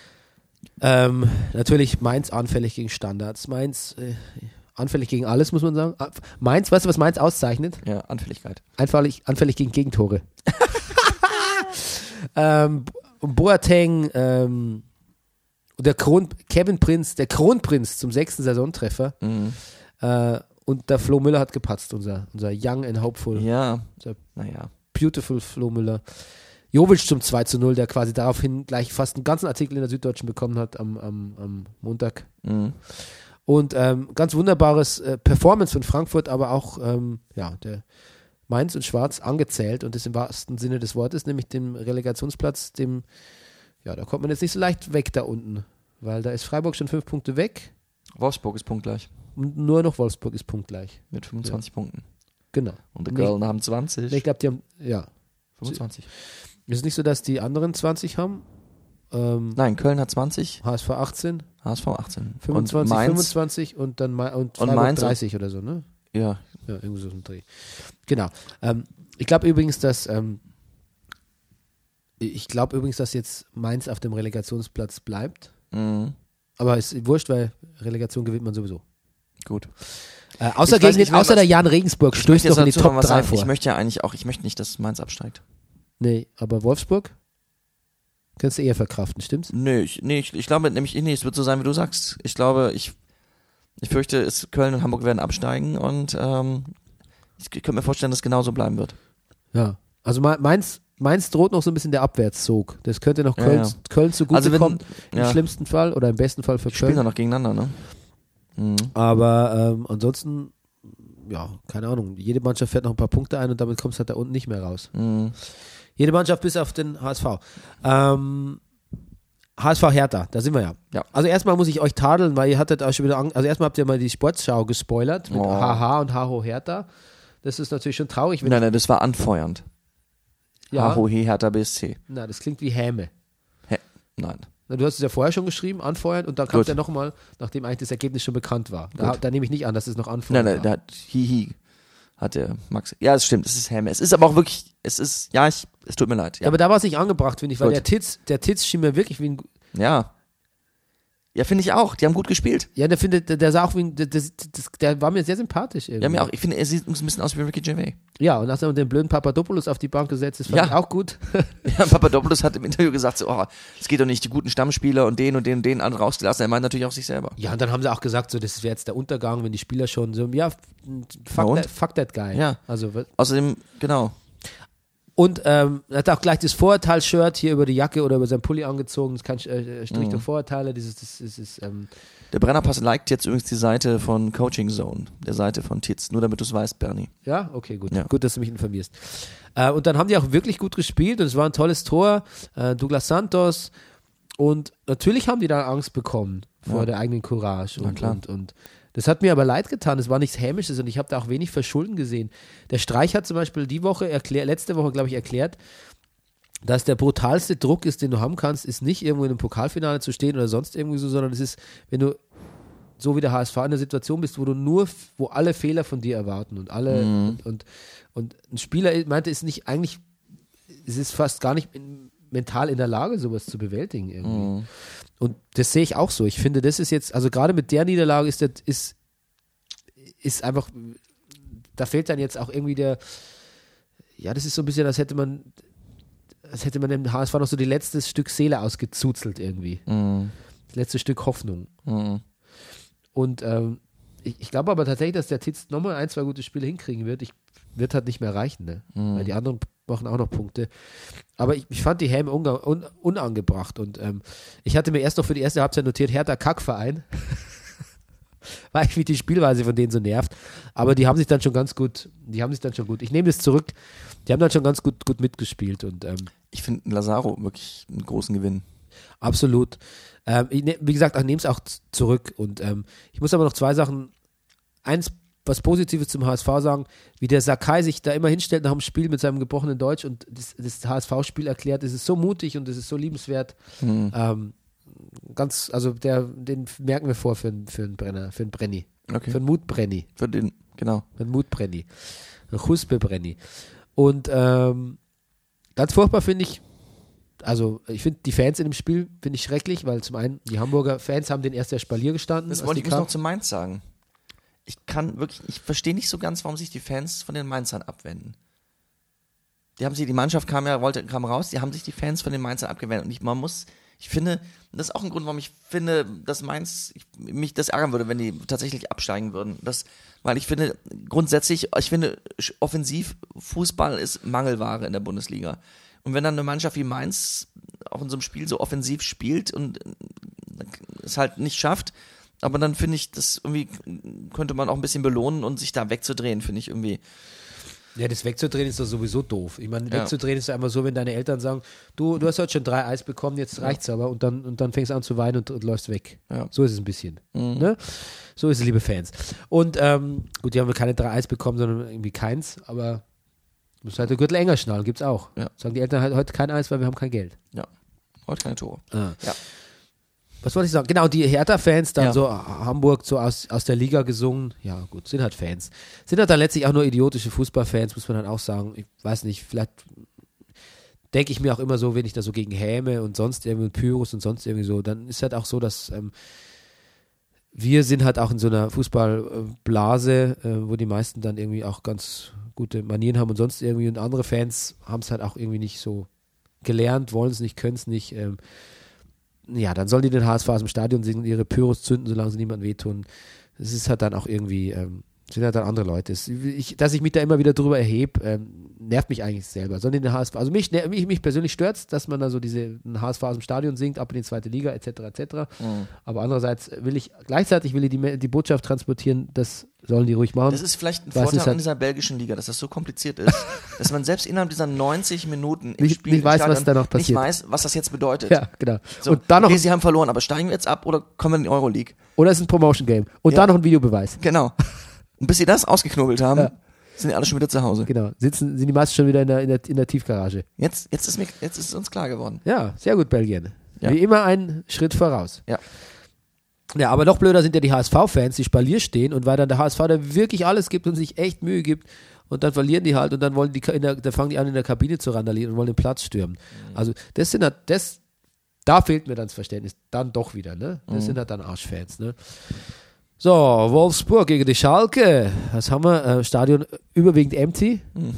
Ähm, natürlich Mainz anfällig gegen Standards. Mainz äh, anfällig gegen alles, muss man sagen. Ah, Mainz, weißt du, was Mainz auszeichnet? Ja, Anfälligkeit. Anfällig, anfällig gegen Gegentore. ähm, Boateng, ähm, der Kron, Kevin Prinz, der Kronprinz zum sechsten Saisontreffer. Mhm. Äh, und der Flo Müller hat gepatzt, unser, unser Young and Hopeful. Ja, Unser naja. Beautiful Flo Müller. Jovic zum zwei zu null, der quasi daraufhin gleich fast einen ganzen Artikel in der Süddeutschen bekommen hat am, am, am Montag. Mhm. Und ähm, ganz wunderbares äh, Performance von Frankfurt, aber auch ähm, ja, der Mainz und Schwarz angezählt und das im wahrsten Sinne des Wortes, nämlich dem Relegationsplatz, dem, ja, da kommt man jetzt nicht so leicht weg da unten, weil da ist Freiburg schon fünf Punkte weg Wolfsburg ist punktgleich. und nur noch Wolfsburg ist punktgleich. Mit fünfundzwanzig Punkten. Genau. Und die Nee. Girls haben zwanzig. Ich glaube, die haben, ja, fünfundzwanzig. ist es nicht so, dass die anderen zwanzig haben? Ähm, Nein, Köln hat zwanzig, H S V achtzehn, H S V achtzehn. fünfundzwanzig, und Mainz, fünfundzwanzig und dann Ma- und, Und Freiburg Mainz- dreißig oder so, ne? ja, Ja, irgendwie so ein Dreh. Genau. Ähm, ich glaube übrigens, dass ähm, ich glaube übrigens, dass jetzt Mainz auf dem Relegationsplatz bleibt. mhm. Aber ist wurscht, weil Relegation gewinnt man sowieso. gut. Äh, außer Ich weiß, gegen ich den, will außer was- der Jan Regensburg Ich stößt möchte jetzt doch in die dazu noch Top was drei sagen. vor. Ich möchte ja eigentlich auch, ich möchte nicht, dass Mainz absteigt. Nee, aber Wolfsburg kannst du eher verkraften, stimmt's? Nö, ich, nee, ich, ich glaube nämlich, nee, es wird so sein, wie du sagst. Ich glaube, ich, ich fürchte, es, Köln und Hamburg werden absteigen und ähm, ich, ich könnte mir vorstellen, dass es genauso bleiben wird. Ja. Also Ma- Mainz, Mainz droht noch so ein bisschen der Abwärtszug. Das könnte noch Ja, Köln, ja. Köln zugutekommen, Also wenn- im ja. schlimmsten Fall oder im besten Fall für Die spielen Köln. dann noch gegeneinander, ne? Mhm. Aber ähm, ansonsten, ja, keine Ahnung. Jede Mannschaft fährt noch ein paar Punkte ein und damit kommst du halt da unten nicht mehr raus. Mhm. Jede Mannschaft bis auf den H S V. Ähm, H S V Hertha, da sind wir ja. Ja. Also erstmal muss ich euch tadeln, weil ihr hattet auch schon wieder, Ang- also erstmal habt ihr mal die Sportschau gespoilert mit Oh. H H und H O Hertha. Das ist natürlich schon traurig. Wenn Nein, nein, das war anfeuernd. ja, H O H Hertha B S C. na, das klingt wie Häme. Hä? Nein. Na, du hast es ja vorher schon geschrieben, anfeuern und dann kam Gut. es ja nochmal, nachdem eigentlich das Ergebnis schon bekannt war. Da, Gut. da nehme ich nicht an, dass es noch anfeuern Nein, nein, da hat Hihi hat der Max. Ja, es stimmt, es ist Häme. Es ist aber auch wirklich, es ist, ja, ich, es tut mir leid. Ja, Ja. aber da war es nicht angebracht, finde ich, weil Gut. der Titz, der Titz schien mir wirklich wie ein, ja. Ja, finde ich auch. Die haben gut gespielt. Ja, der findet, der, der sah auch wie, der, das, das, der war mir sehr sympathisch irgendwie. Ja, mir auch. Ich finde, er sieht ein bisschen aus wie Ricky Gervais. Ja, und hast du den blöden Papadopoulos auf die Bank gesetzt, das fand Ja. ich auch gut. Ja, Papadopoulos hat im Interview gesagt, so, oh, es geht doch nicht, die guten Stammspieler und den und den und den anderen rausgelassen. Er meint natürlich auch sich selber. Ja, und dann haben sie auch gesagt, so, das wäre jetzt der Untergang, wenn die Spieler schon so, ja, Na fuck, und? that, fuck that guy. Ja. Also, was- Außerdem, genau. und ähm, er hat auch gleich das Vorurteil-Shirt hier über die Jacke oder über sein Pulli angezogen, das ist kein äh, Strich Mhm. durch Vorurteile, dieses, das, das ist, ähm, Der Brennerpass liked jetzt übrigens die Seite von Coaching Zone, der Seite von Titz, nur damit du es weißt, Bernie. ja, okay, gut, Ja. gut, dass du mich informierst. Äh, und dann haben die auch wirklich gut gespielt und es war ein tolles Tor, äh, Douglas Santos, und natürlich haben die da Angst bekommen vor Ja. der eigenen Courage Na und, klar. und, und das hat mir aber leid getan, es war nichts Hämisches und ich habe da auch wenig Verschulden gesehen. Der Streich hat zum Beispiel die Woche erklärt, letzte Woche glaube ich erklärt, dass der brutalste Druck ist, den du haben kannst, ist nicht irgendwo in einem Pokalfinale zu stehen oder sonst irgendwie so, sondern es ist, wenn du so wie der H S V in der Situation bist, wo du nur, wo alle Fehler von dir erwarten und alle Mhm. und, und, und ein Spieler meinte, ist nicht eigentlich, es ist fast gar nicht in, mental in der Lage, sowas zu bewältigen irgendwie. Mhm. Und das sehe ich auch so. Ich finde, das ist jetzt, also gerade mit der Niederlage ist das, ist, ist einfach, da fehlt dann jetzt auch irgendwie der, ja, das ist so ein bisschen, als hätte man, als hätte man dem H S V noch so die letztes Stück Seele ausgezuzelt irgendwie. Mhm. Das letzte Stück Hoffnung. Mhm. Und ähm, ich, ich glaube aber tatsächlich, dass der Titz nochmal ein, zwei gute Spiele hinkriegen wird. Ich wird halt nicht mehr reichen, ne? Mhm. Weil die anderen machen auch noch Punkte. Aber ich, ich fand die Helme unga, un, unangebracht und ähm, ich hatte mir erst noch für die erste Halbzeit notiert, Hertha Kackverein. Weil ich mich die Spielweise von denen so nervt. Aber die haben sich dann schon ganz gut, die haben sich dann schon gut, ich nehme das zurück, die haben dann schon ganz gut, gut mitgespielt und ähm, Ich finde Lazaro wirklich einen großen Gewinn. absolut. Ähm, ich ne, wie gesagt, ich nehme es auch z- zurück und ähm, ich muss aber noch zwei Sachen, eins, was Positives zum H S V sagen, wie der Sakai sich da immer hinstellt nach dem Spiel mit seinem gebrochenen Deutsch und das, das H S V-Spiel erklärt, es ist so mutig und es ist so liebenswert. Mhm. Ähm, ganz, also der, den merken wir vor für, einen- für einen Brenner, für einen Brenny, Okay. für einen Mutbrenny. Für den, genau. Ein Mutbrenny. Ein Chuspe-Brenny. Und ähm, ganz furchtbar finde ich, also ich finde die Fans in dem Spiel finde ich schrecklich, weil zum einen die Hamburger Fans haben den erst der Spalier gestanden. Das als wollte die ich muss noch kamen. zu Mainz sagen. Ich kann wirklich, ich verstehe nicht so ganz, warum sich die Fans von den Mainzern abwenden. Die haben sich, die Mannschaft kam ja, wollte, kam raus, die haben sich die Fans von den Mainzern abgewendet. Und ich, man muss, ich finde, das ist auch ein Grund, warum ich finde, dass Mainz, ich, mich das ärgern würde, wenn die tatsächlich absteigen würden. Das, weil ich finde, grundsätzlich, ich finde, offensiv Fußball ist Mangelware in der Bundesliga. Und wenn dann eine Mannschaft wie Mainz auch in so einem Spiel so offensiv spielt und es halt nicht schafft, aber dann finde ich, das irgendwie könnte man auch ein bisschen belohnen und sich da wegzudrehen, finde ich irgendwie. Ja, das wegzudrehen ist doch sowieso doof. Ich meine, Ja. wegzudrehen ist einfach so, wenn deine Eltern sagen, du, du hast heute schon drei Eis bekommen, jetzt reicht's aber und dann, und dann fängst du an zu weinen und, und läufst weg. Ja. So ist es ein bisschen. Mhm. Ne? So ist es, liebe Fans. Und ähm, gut, die haben keine drei Eis bekommen, sondern irgendwie keins, aber du musst halt den Gürtel enger schnallen, gibt's auch. Ja. Sagen die Eltern halt heute kein Eis, weil wir haben kein Geld. Ja, heute keine Tore. Ah. Ja. Was wollte ich sagen? Genau, die Hertha-Fans dann Ja. so Hamburg so aus, aus der Liga gesungen. Ja, gut, sind halt Fans. Sind halt dann letztlich auch nur idiotische Fußballfans, muss man dann auch sagen. Ich weiß nicht, vielleicht denke ich mir auch immer so, wenn ich da so gegen Häme und sonst irgendwie Pyrrhus und sonst irgendwie so, dann ist halt auch so, dass ähm, wir sind halt auch in so einer Fußballblase, äh, wo die meisten dann irgendwie auch ganz gute Manieren haben und sonst irgendwie und andere Fans haben es halt auch irgendwie nicht so gelernt, wollen es nicht, können es nicht. Ähm, ja, dann sollen die den H S V aus dem Stadion singen und ihre Pyros zünden, solange sie niemandem wehtun. Das ist halt dann auch irgendwie, ähm, sind halt dann andere Leute. Es, ich, dass ich mich da immer wieder drüber erhebe, ähm, nervt mich eigentlich selber. Sollen die den H S V, also mich, ner- mich, mich persönlich stört es, dass man da so diese den H S V aus dem Stadion singt, ab in die zweite Liga, et cetera et cetera. Mhm. Aber andererseits will ich, gleichzeitig will ich die, die Botschaft transportieren, das sollen die ruhig machen. Das ist vielleicht ein Was Vorteil ist halt- an dieser belgischen Liga, dass das so kompliziert ist, dass man selbst innerhalb dieser neunzig Minuten im Nicht- Spiel nicht im weiß, Stadion was da noch nicht passiert. weiß, was das jetzt bedeutet. Ja, genau. So, und dann noch, okay, sie haben verloren, aber steigen wir jetzt ab oder kommen wir in die Euroleague? oder es ist ein Promotion-Game. Und Ja. dann noch ein Videobeweis. Genau. Und bis sie das ausgeknobelt haben, Ja. sind die alle schon wieder zu Hause. Genau. Sitzen, sind die meisten schon wieder in der, in der, in der Tiefgarage. Jetzt, jetzt, ist mir, jetzt ist es uns klar geworden. Ja, sehr gut, Belgien. Ja. Wie immer ein Schritt voraus. Ja. Ja, aber noch blöder sind ja die H S V-Fans, die Spalier stehen und weil dann der H S V da wirklich alles gibt und sich echt Mühe gibt und dann verlieren die halt und dann wollen die in der, dann fangen die an in der Kabine zu randalieren und wollen den Platz stürmen. Also das sind halt, das Da fehlt mir dann das Verständnis. Dann doch wieder, ne? Das mhm. sind halt dann Arschfans, ne? So, Wolfsburg gegen die Schalke. Was haben wir? Äh, Stadion überwiegend empty. Mhm.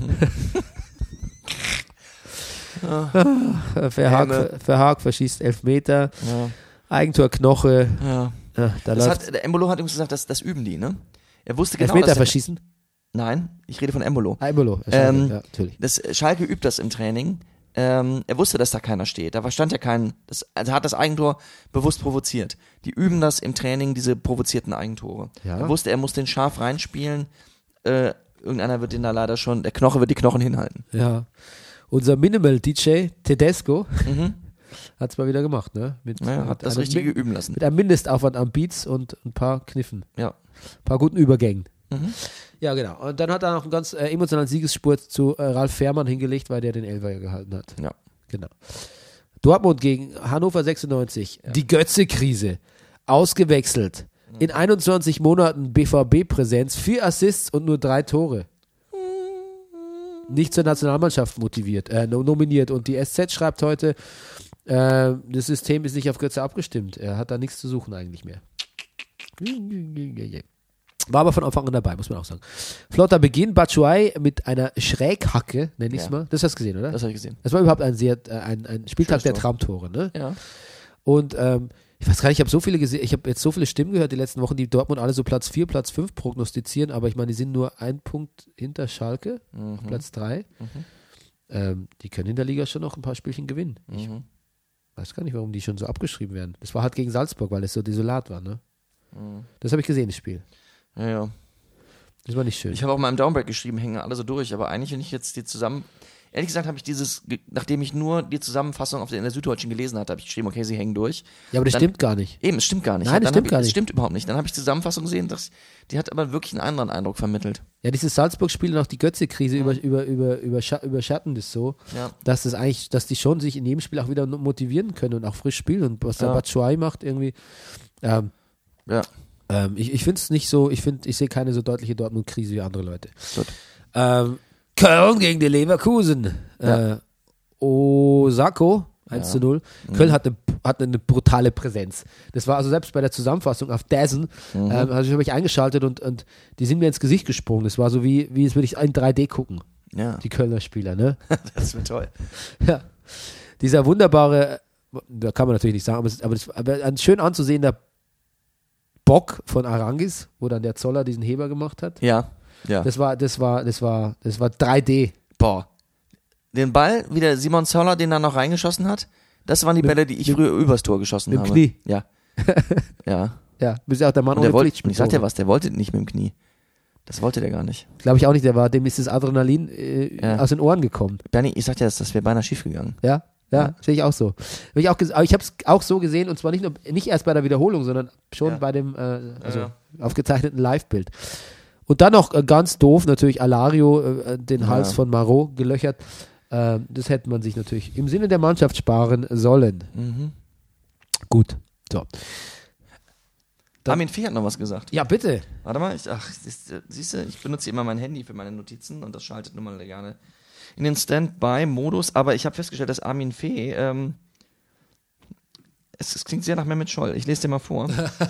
ja. Verhaag, Verhaag verschießt Elfmeter. Ja. Eigentor Knoche. Ja. Ja, da das läuft hat, der Embolo hat übrigens gesagt, das, das üben die, ne? Er wusste genau, Elfmeter dass er, verschießen? Nein, ich rede von Embolo. Ah, Embolo, ähm, ja, natürlich. Das, Schalke übt das im Training. Ähm, er wusste, dass da keiner steht. Da stand ja kein, das, also er hat das Eigentor bewusst provoziert. Die üben das im Training, diese provozierten Eigentore. Ja. Er wusste, er muss den scharf reinspielen. Äh, irgendeiner wird den da leider schon, der Knoche wird die Knochen hinhalten. Ja. Unser Minimal-D J Tedesco mhm. hat es mal wieder gemacht, ne? Mit, ja, mit hat das Richtige üben lassen. Mit einem Mindestaufwand an Beats und ein paar Kniffen. Ja. Ein paar guten Übergängen. Mhm. Ja, genau. Und dann hat er noch einen ganz äh, emotionalen Siegesspurt zu äh, Ralf Fährmann hingelegt, weil der den Elfer ja gehalten hat. Ja. Genau. Dortmund gegen Hannover sechsundneunzig. Ja. Die Götze-Krise. Ausgewechselt. Mhm. In einundzwanzig Monaten B V B-Präsenz. Vier Assists und nur drei Tore. Nicht zur Nationalmannschaft motiviert, äh, nominiert. Und die S Z schreibt heute, äh, das System ist nicht auf Götze abgestimmt. Er hat da nichts zu suchen eigentlich mehr. War aber von Anfang an dabei, muss man auch sagen. Flotter Beginn, Batshuayi mit einer Schräghacke, nenne ich es ja. mal. Das hast du gesehen, oder? Das habe ich gesehen. Das war überhaupt ein sehr, äh, ein, ein Spieltag der Traumtore, ne? Ja. Und ähm, ich weiß gar nicht, ich habe so viele gesehen, ich habe jetzt so viele Stimmen gehört die letzten Wochen, die Dortmund alle so Platz vier, Platz fünf prognostizieren, aber ich meine, die sind nur ein Punkt hinter Schalke, mhm. Platz drei. Mhm. Ähm, die können in der Liga schon noch ein paar Spielchen gewinnen. Ich mhm. weiß gar nicht, warum die schon so abgeschrieben werden. Das war halt gegen Salzburg, weil es so desolat war, ne? Mhm. Das habe ich gesehen, das Spiel. Ja, ja. Das war nicht schön. Ich habe auch mal im Downbreak geschrieben, hängen alle so durch, aber eigentlich, wenn ich jetzt die zusammen, ehrlich gesagt habe ich dieses, nachdem ich nur die Zusammenfassung auf der, in der Süddeutschen gelesen hatte, habe ich geschrieben, okay, sie hängen durch. Ja, aber das dann, stimmt gar nicht. Eben, es stimmt gar nicht. Nein, das dann stimmt ich, gar nicht. Das stimmt überhaupt nicht. Dann habe ich die Zusammenfassung gesehen, das, die hat aber wirklich einen anderen Eindruck vermittelt. Ja, dieses Salzburg-Spiel und auch die Götze-Krise ja. über, über, über, über, überschatten das so, ja. dass das eigentlich, dass die schon sich in jedem Spiel auch wieder motivieren können und auch frisch spielen und was der ja. Batshuayi macht irgendwie, ähm, ja. Ähm, ich ich finde es nicht so, ich finde, ich sehe keine so deutliche Dortmund-Krise wie andere Leute. Ähm, Köln gegen die Leverkusen. Ja. Äh, Osako, eins zu null. Ja. Köln hat eine, hat eine brutale Präsenz. Das war also selbst bei der Zusammenfassung auf Dazen, mhm. ähm, also habe ich eingeschaltet und, und die sind mir ins Gesicht gesprungen. Das war so wie, wie es würde ich in drei D gucken. Ja. Die Kölner Spieler, ne? Das wird toll. Ja. Dieser wunderbare, da kann man natürlich nicht sagen, aber, es, aber, das, aber ein schön anzusehender Bock von Arangis, wo dann der Zoller diesen Heber gemacht hat. Ja, ja. Das war, das war, das war, das war drei D. Boah. Den Ball, wie der Simon Zoller den da noch reingeschossen hat, das waren die mit, Bälle, die ich mit, früher übers Tor geschossen mit habe. Mit dem Knie. Ja. Ja. Ja, bist ja auch der Mann ohne Pflicht. Ich sag dir was, der wollte nicht mit dem Knie. Das wollte der gar nicht. Glaube ich auch nicht, der war, dem ist das Adrenalin äh, ja. aus den Ohren gekommen. Bernie, ich sag dir, das, das wäre beinahe schief gegangen. Ja. Ja, ja. Sehe ich auch so. Hab ich auch ges- aber ich habe es auch so gesehen und zwar nicht nur nicht erst bei der Wiederholung, sondern schon ja. bei dem äh, also ja, ja. aufgezeichneten Live-Bild. Und dann noch äh, ganz doof natürlich Alario äh, den ja. Hals von Marot gelöchert. Äh, das hätte man sich natürlich im Sinne der Mannschaft sparen sollen. Mhm. Gut. So. Armin Fee hat noch was gesagt. Ja, bitte. Warte mal, ich, ach, siehst du, ich benutze immer mein Handy für meine Notizen und das schaltet nun mal gerne in den Standby-Modus, aber ich habe festgestellt, dass Armin Fee, ähm, es, es klingt sehr nach Mehmet Scholl, ich lese dir mal vor.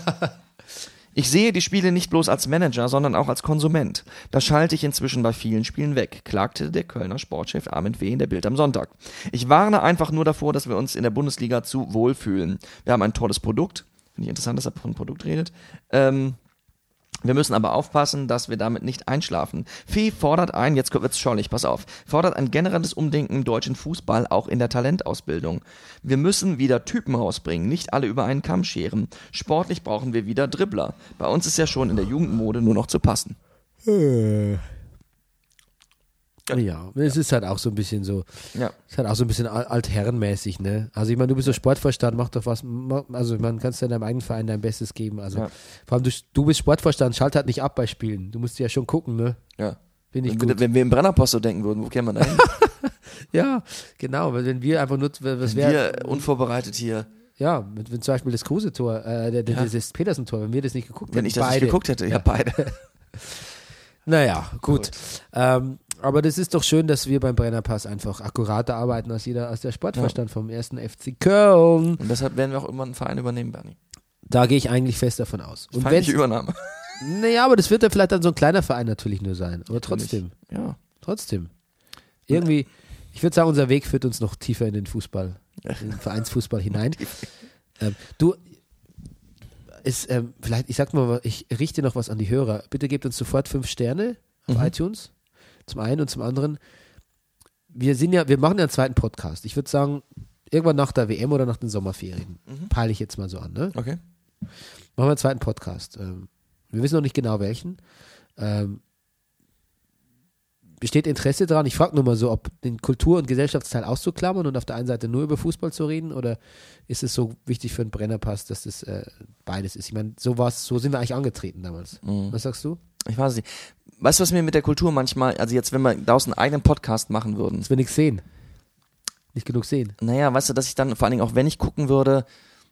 Ich sehe die Spiele nicht bloß als Manager, sondern auch als Konsument. Das schalte ich inzwischen bei vielen Spielen weg, klagte der Kölner Sportchef Armin Fee in der Bild am Sonntag. Ich warne einfach nur davor, dass wir uns in der Bundesliga zu wohl fühlen. Wir haben ein tolles Produkt, finde ich interessant, dass er von Produkt redet, ähm, wir müssen aber aufpassen, dass wir damit nicht einschlafen. Fee fordert ein, jetzt wird's schollig, pass auf, fordert ein generelles Umdenken im deutschen Fußball, auch in der Talentausbildung. Wir müssen wieder Typen rausbringen, nicht alle über einen Kamm scheren. Sportlich brauchen wir wieder Dribbler. Bei uns ist ja schon in der Jugendmode nur noch zu passen. Äh. Ja, ja, es ist halt auch so ein bisschen so, ja. Es ist halt auch so ein bisschen altherrenmäßig, ne? Also ich meine, du bist so Sportvorstand, mach doch was, also man kannst ja deinem eigenen Verein dein Bestes geben, also ja. vor allem du, du bist Sportvorstand, schalt halt nicht ab bei Spielen, du musst ja schon gucken, ne? Ja. Finde ich wenn, gut. Wenn wir im Brennerpass so denken würden, wo kämen wir da hin? Ja, genau, weil wenn wir einfach nur, was wäre... Wir unvorbereitet hier... Ja, wenn, wenn zum Beispiel das Kruse-Tor, äh, der, der, ja. das Petersen-Tor, wenn wir das nicht geguckt hätten, Wenn ich das beide. nicht geguckt hätte, ja, beide. Naja, gut. gut. Ähm, Aber das ist doch schön, dass wir beim Brennerpass einfach akkurater arbeiten als jeder, als der Sportverstand ja. vom ersten F C Köln. Und deshalb werden wir auch immer einen Verein übernehmen, Bernie. Da gehe ich eigentlich fest davon aus. Und feindliche Übernahme. Naja, aber das wird dann vielleicht dann so ein kleiner Verein natürlich nur sein. Aber trotzdem. Ja. Trotzdem. Irgendwie, ich würde sagen, unser Weg führt uns noch tiefer in den Fußball, in den Vereinsfußball hinein. ähm, du, ist, ähm, vielleicht, ich sag mal, ich richte noch was an die Hörer. Bitte gebt uns sofort fünf Sterne auf mhm. iTunes. Zum einen und zum anderen. Wir sind ja, wir machen ja einen zweiten Podcast. Ich würde sagen, irgendwann nach der W M oder nach den Sommerferien. Mhm. Peile ich jetzt mal so an, ne? Okay. Machen wir einen zweiten Podcast. Ähm, wir wissen noch nicht genau welchen. Ähm, besteht Interesse daran? Ich frage nur mal so, ob den Kultur- und Gesellschaftsteil auszuklammern und auf der einen Seite nur über Fußball zu reden, oder ist es so wichtig für einen Brennerpass, dass das äh, beides ist? Ich meine, so war's, so sind wir eigentlich angetreten damals. Mhm. Was sagst du? Ich weiß nicht. Weißt du, was mir mit der Kultur manchmal, also jetzt, wenn wir daraus einen eigenen Podcast machen würden. Dass wir nichts sehen. Nicht genug sehen. Naja, weißt du, dass ich dann vor allen Dingen auch, wenn ich gucken würde,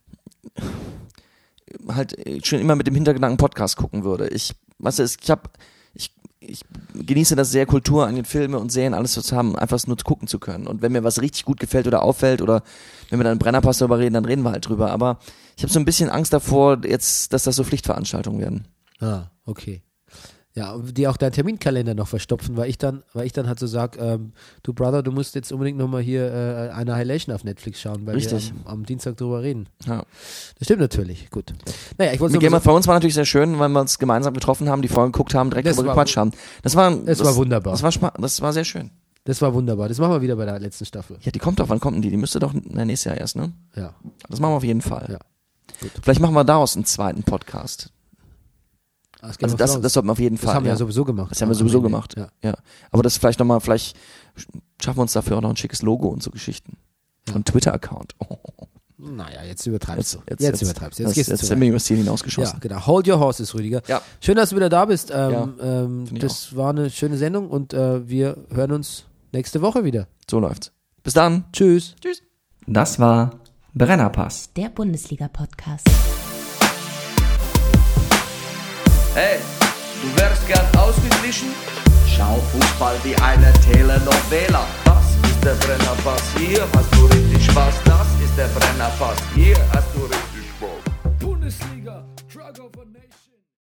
halt schon immer mit dem Hintergedanken Podcast gucken würde. Ich, weißt du, ich habe, ich, ich genieße das sehr, Kultur an den Filmen und Serien, alles so zu haben, einfach nur gucken zu können. Und wenn mir was richtig gut gefällt oder auffällt oder wenn wir dann Brennerpass darüber reden, dann reden wir halt drüber. Aber ich habe so ein bisschen Angst davor, jetzt, dass das so Pflichtveranstaltungen werden. Ah, okay. Ja, die auch deinen Terminkalender noch verstopfen, weil ich dann, weil ich dann halt so sag, ähm, du Brother, du musst jetzt unbedingt nochmal hier äh, Annihilation auf Netflix schauen, weil Richtig. wir am, am Dienstag drüber reden. Ja. Das stimmt natürlich, gut. Naja, ich wollte Game of Thrones war natürlich sehr schön, weil wir uns gemeinsam getroffen haben, die Folgen geguckt haben, direkt drüber gequatscht haben. Das war, das, das war wunderbar. Das war, das war sehr schön. Das war wunderbar. Das machen wir wieder bei der letzten Staffel. Ja, die kommt doch, wann kommt denn die? Die müsste doch na, nächstes Jahr erst, ne? Ja. Das machen wir auf jeden Fall. Ja. Gut. Vielleicht machen wir daraus einen zweiten Podcast. Das also das, das sollten wir auf jeden Fall. Das haben wir ja ja sowieso gemacht. Das haben wir sowieso gemacht. Ja. ja. Aber das vielleicht nochmal, vielleicht schaffen wir uns dafür auch noch ein schickes Logo und so Geschichten. Ja. Und Twitter-Account. Oh. Naja, jetzt übertreibst du. Jetzt, jetzt, jetzt übertreibst du. Jetzt, jetzt, jetzt sind wir übers Ziel hinausgeschossen. Ja, genau. Hold your horses, Rüdiger. Ja. Schön, dass du wieder da bist. Ähm, ja, ähm, das war eine schöne Sendung und äh, wir hören uns nächste Woche wieder. So läuft's. Bis dann. Tschüss. Tschüss. Das war Brennerpass. Der Bundesliga-Podcast. Hey, du wärst gern ausgeglichen? Schau Fußball wie eine Telenovela. Das ist der Brennerpass, hier hast du richtig Spaß. Das ist der Brennerpass, hier hast du richtig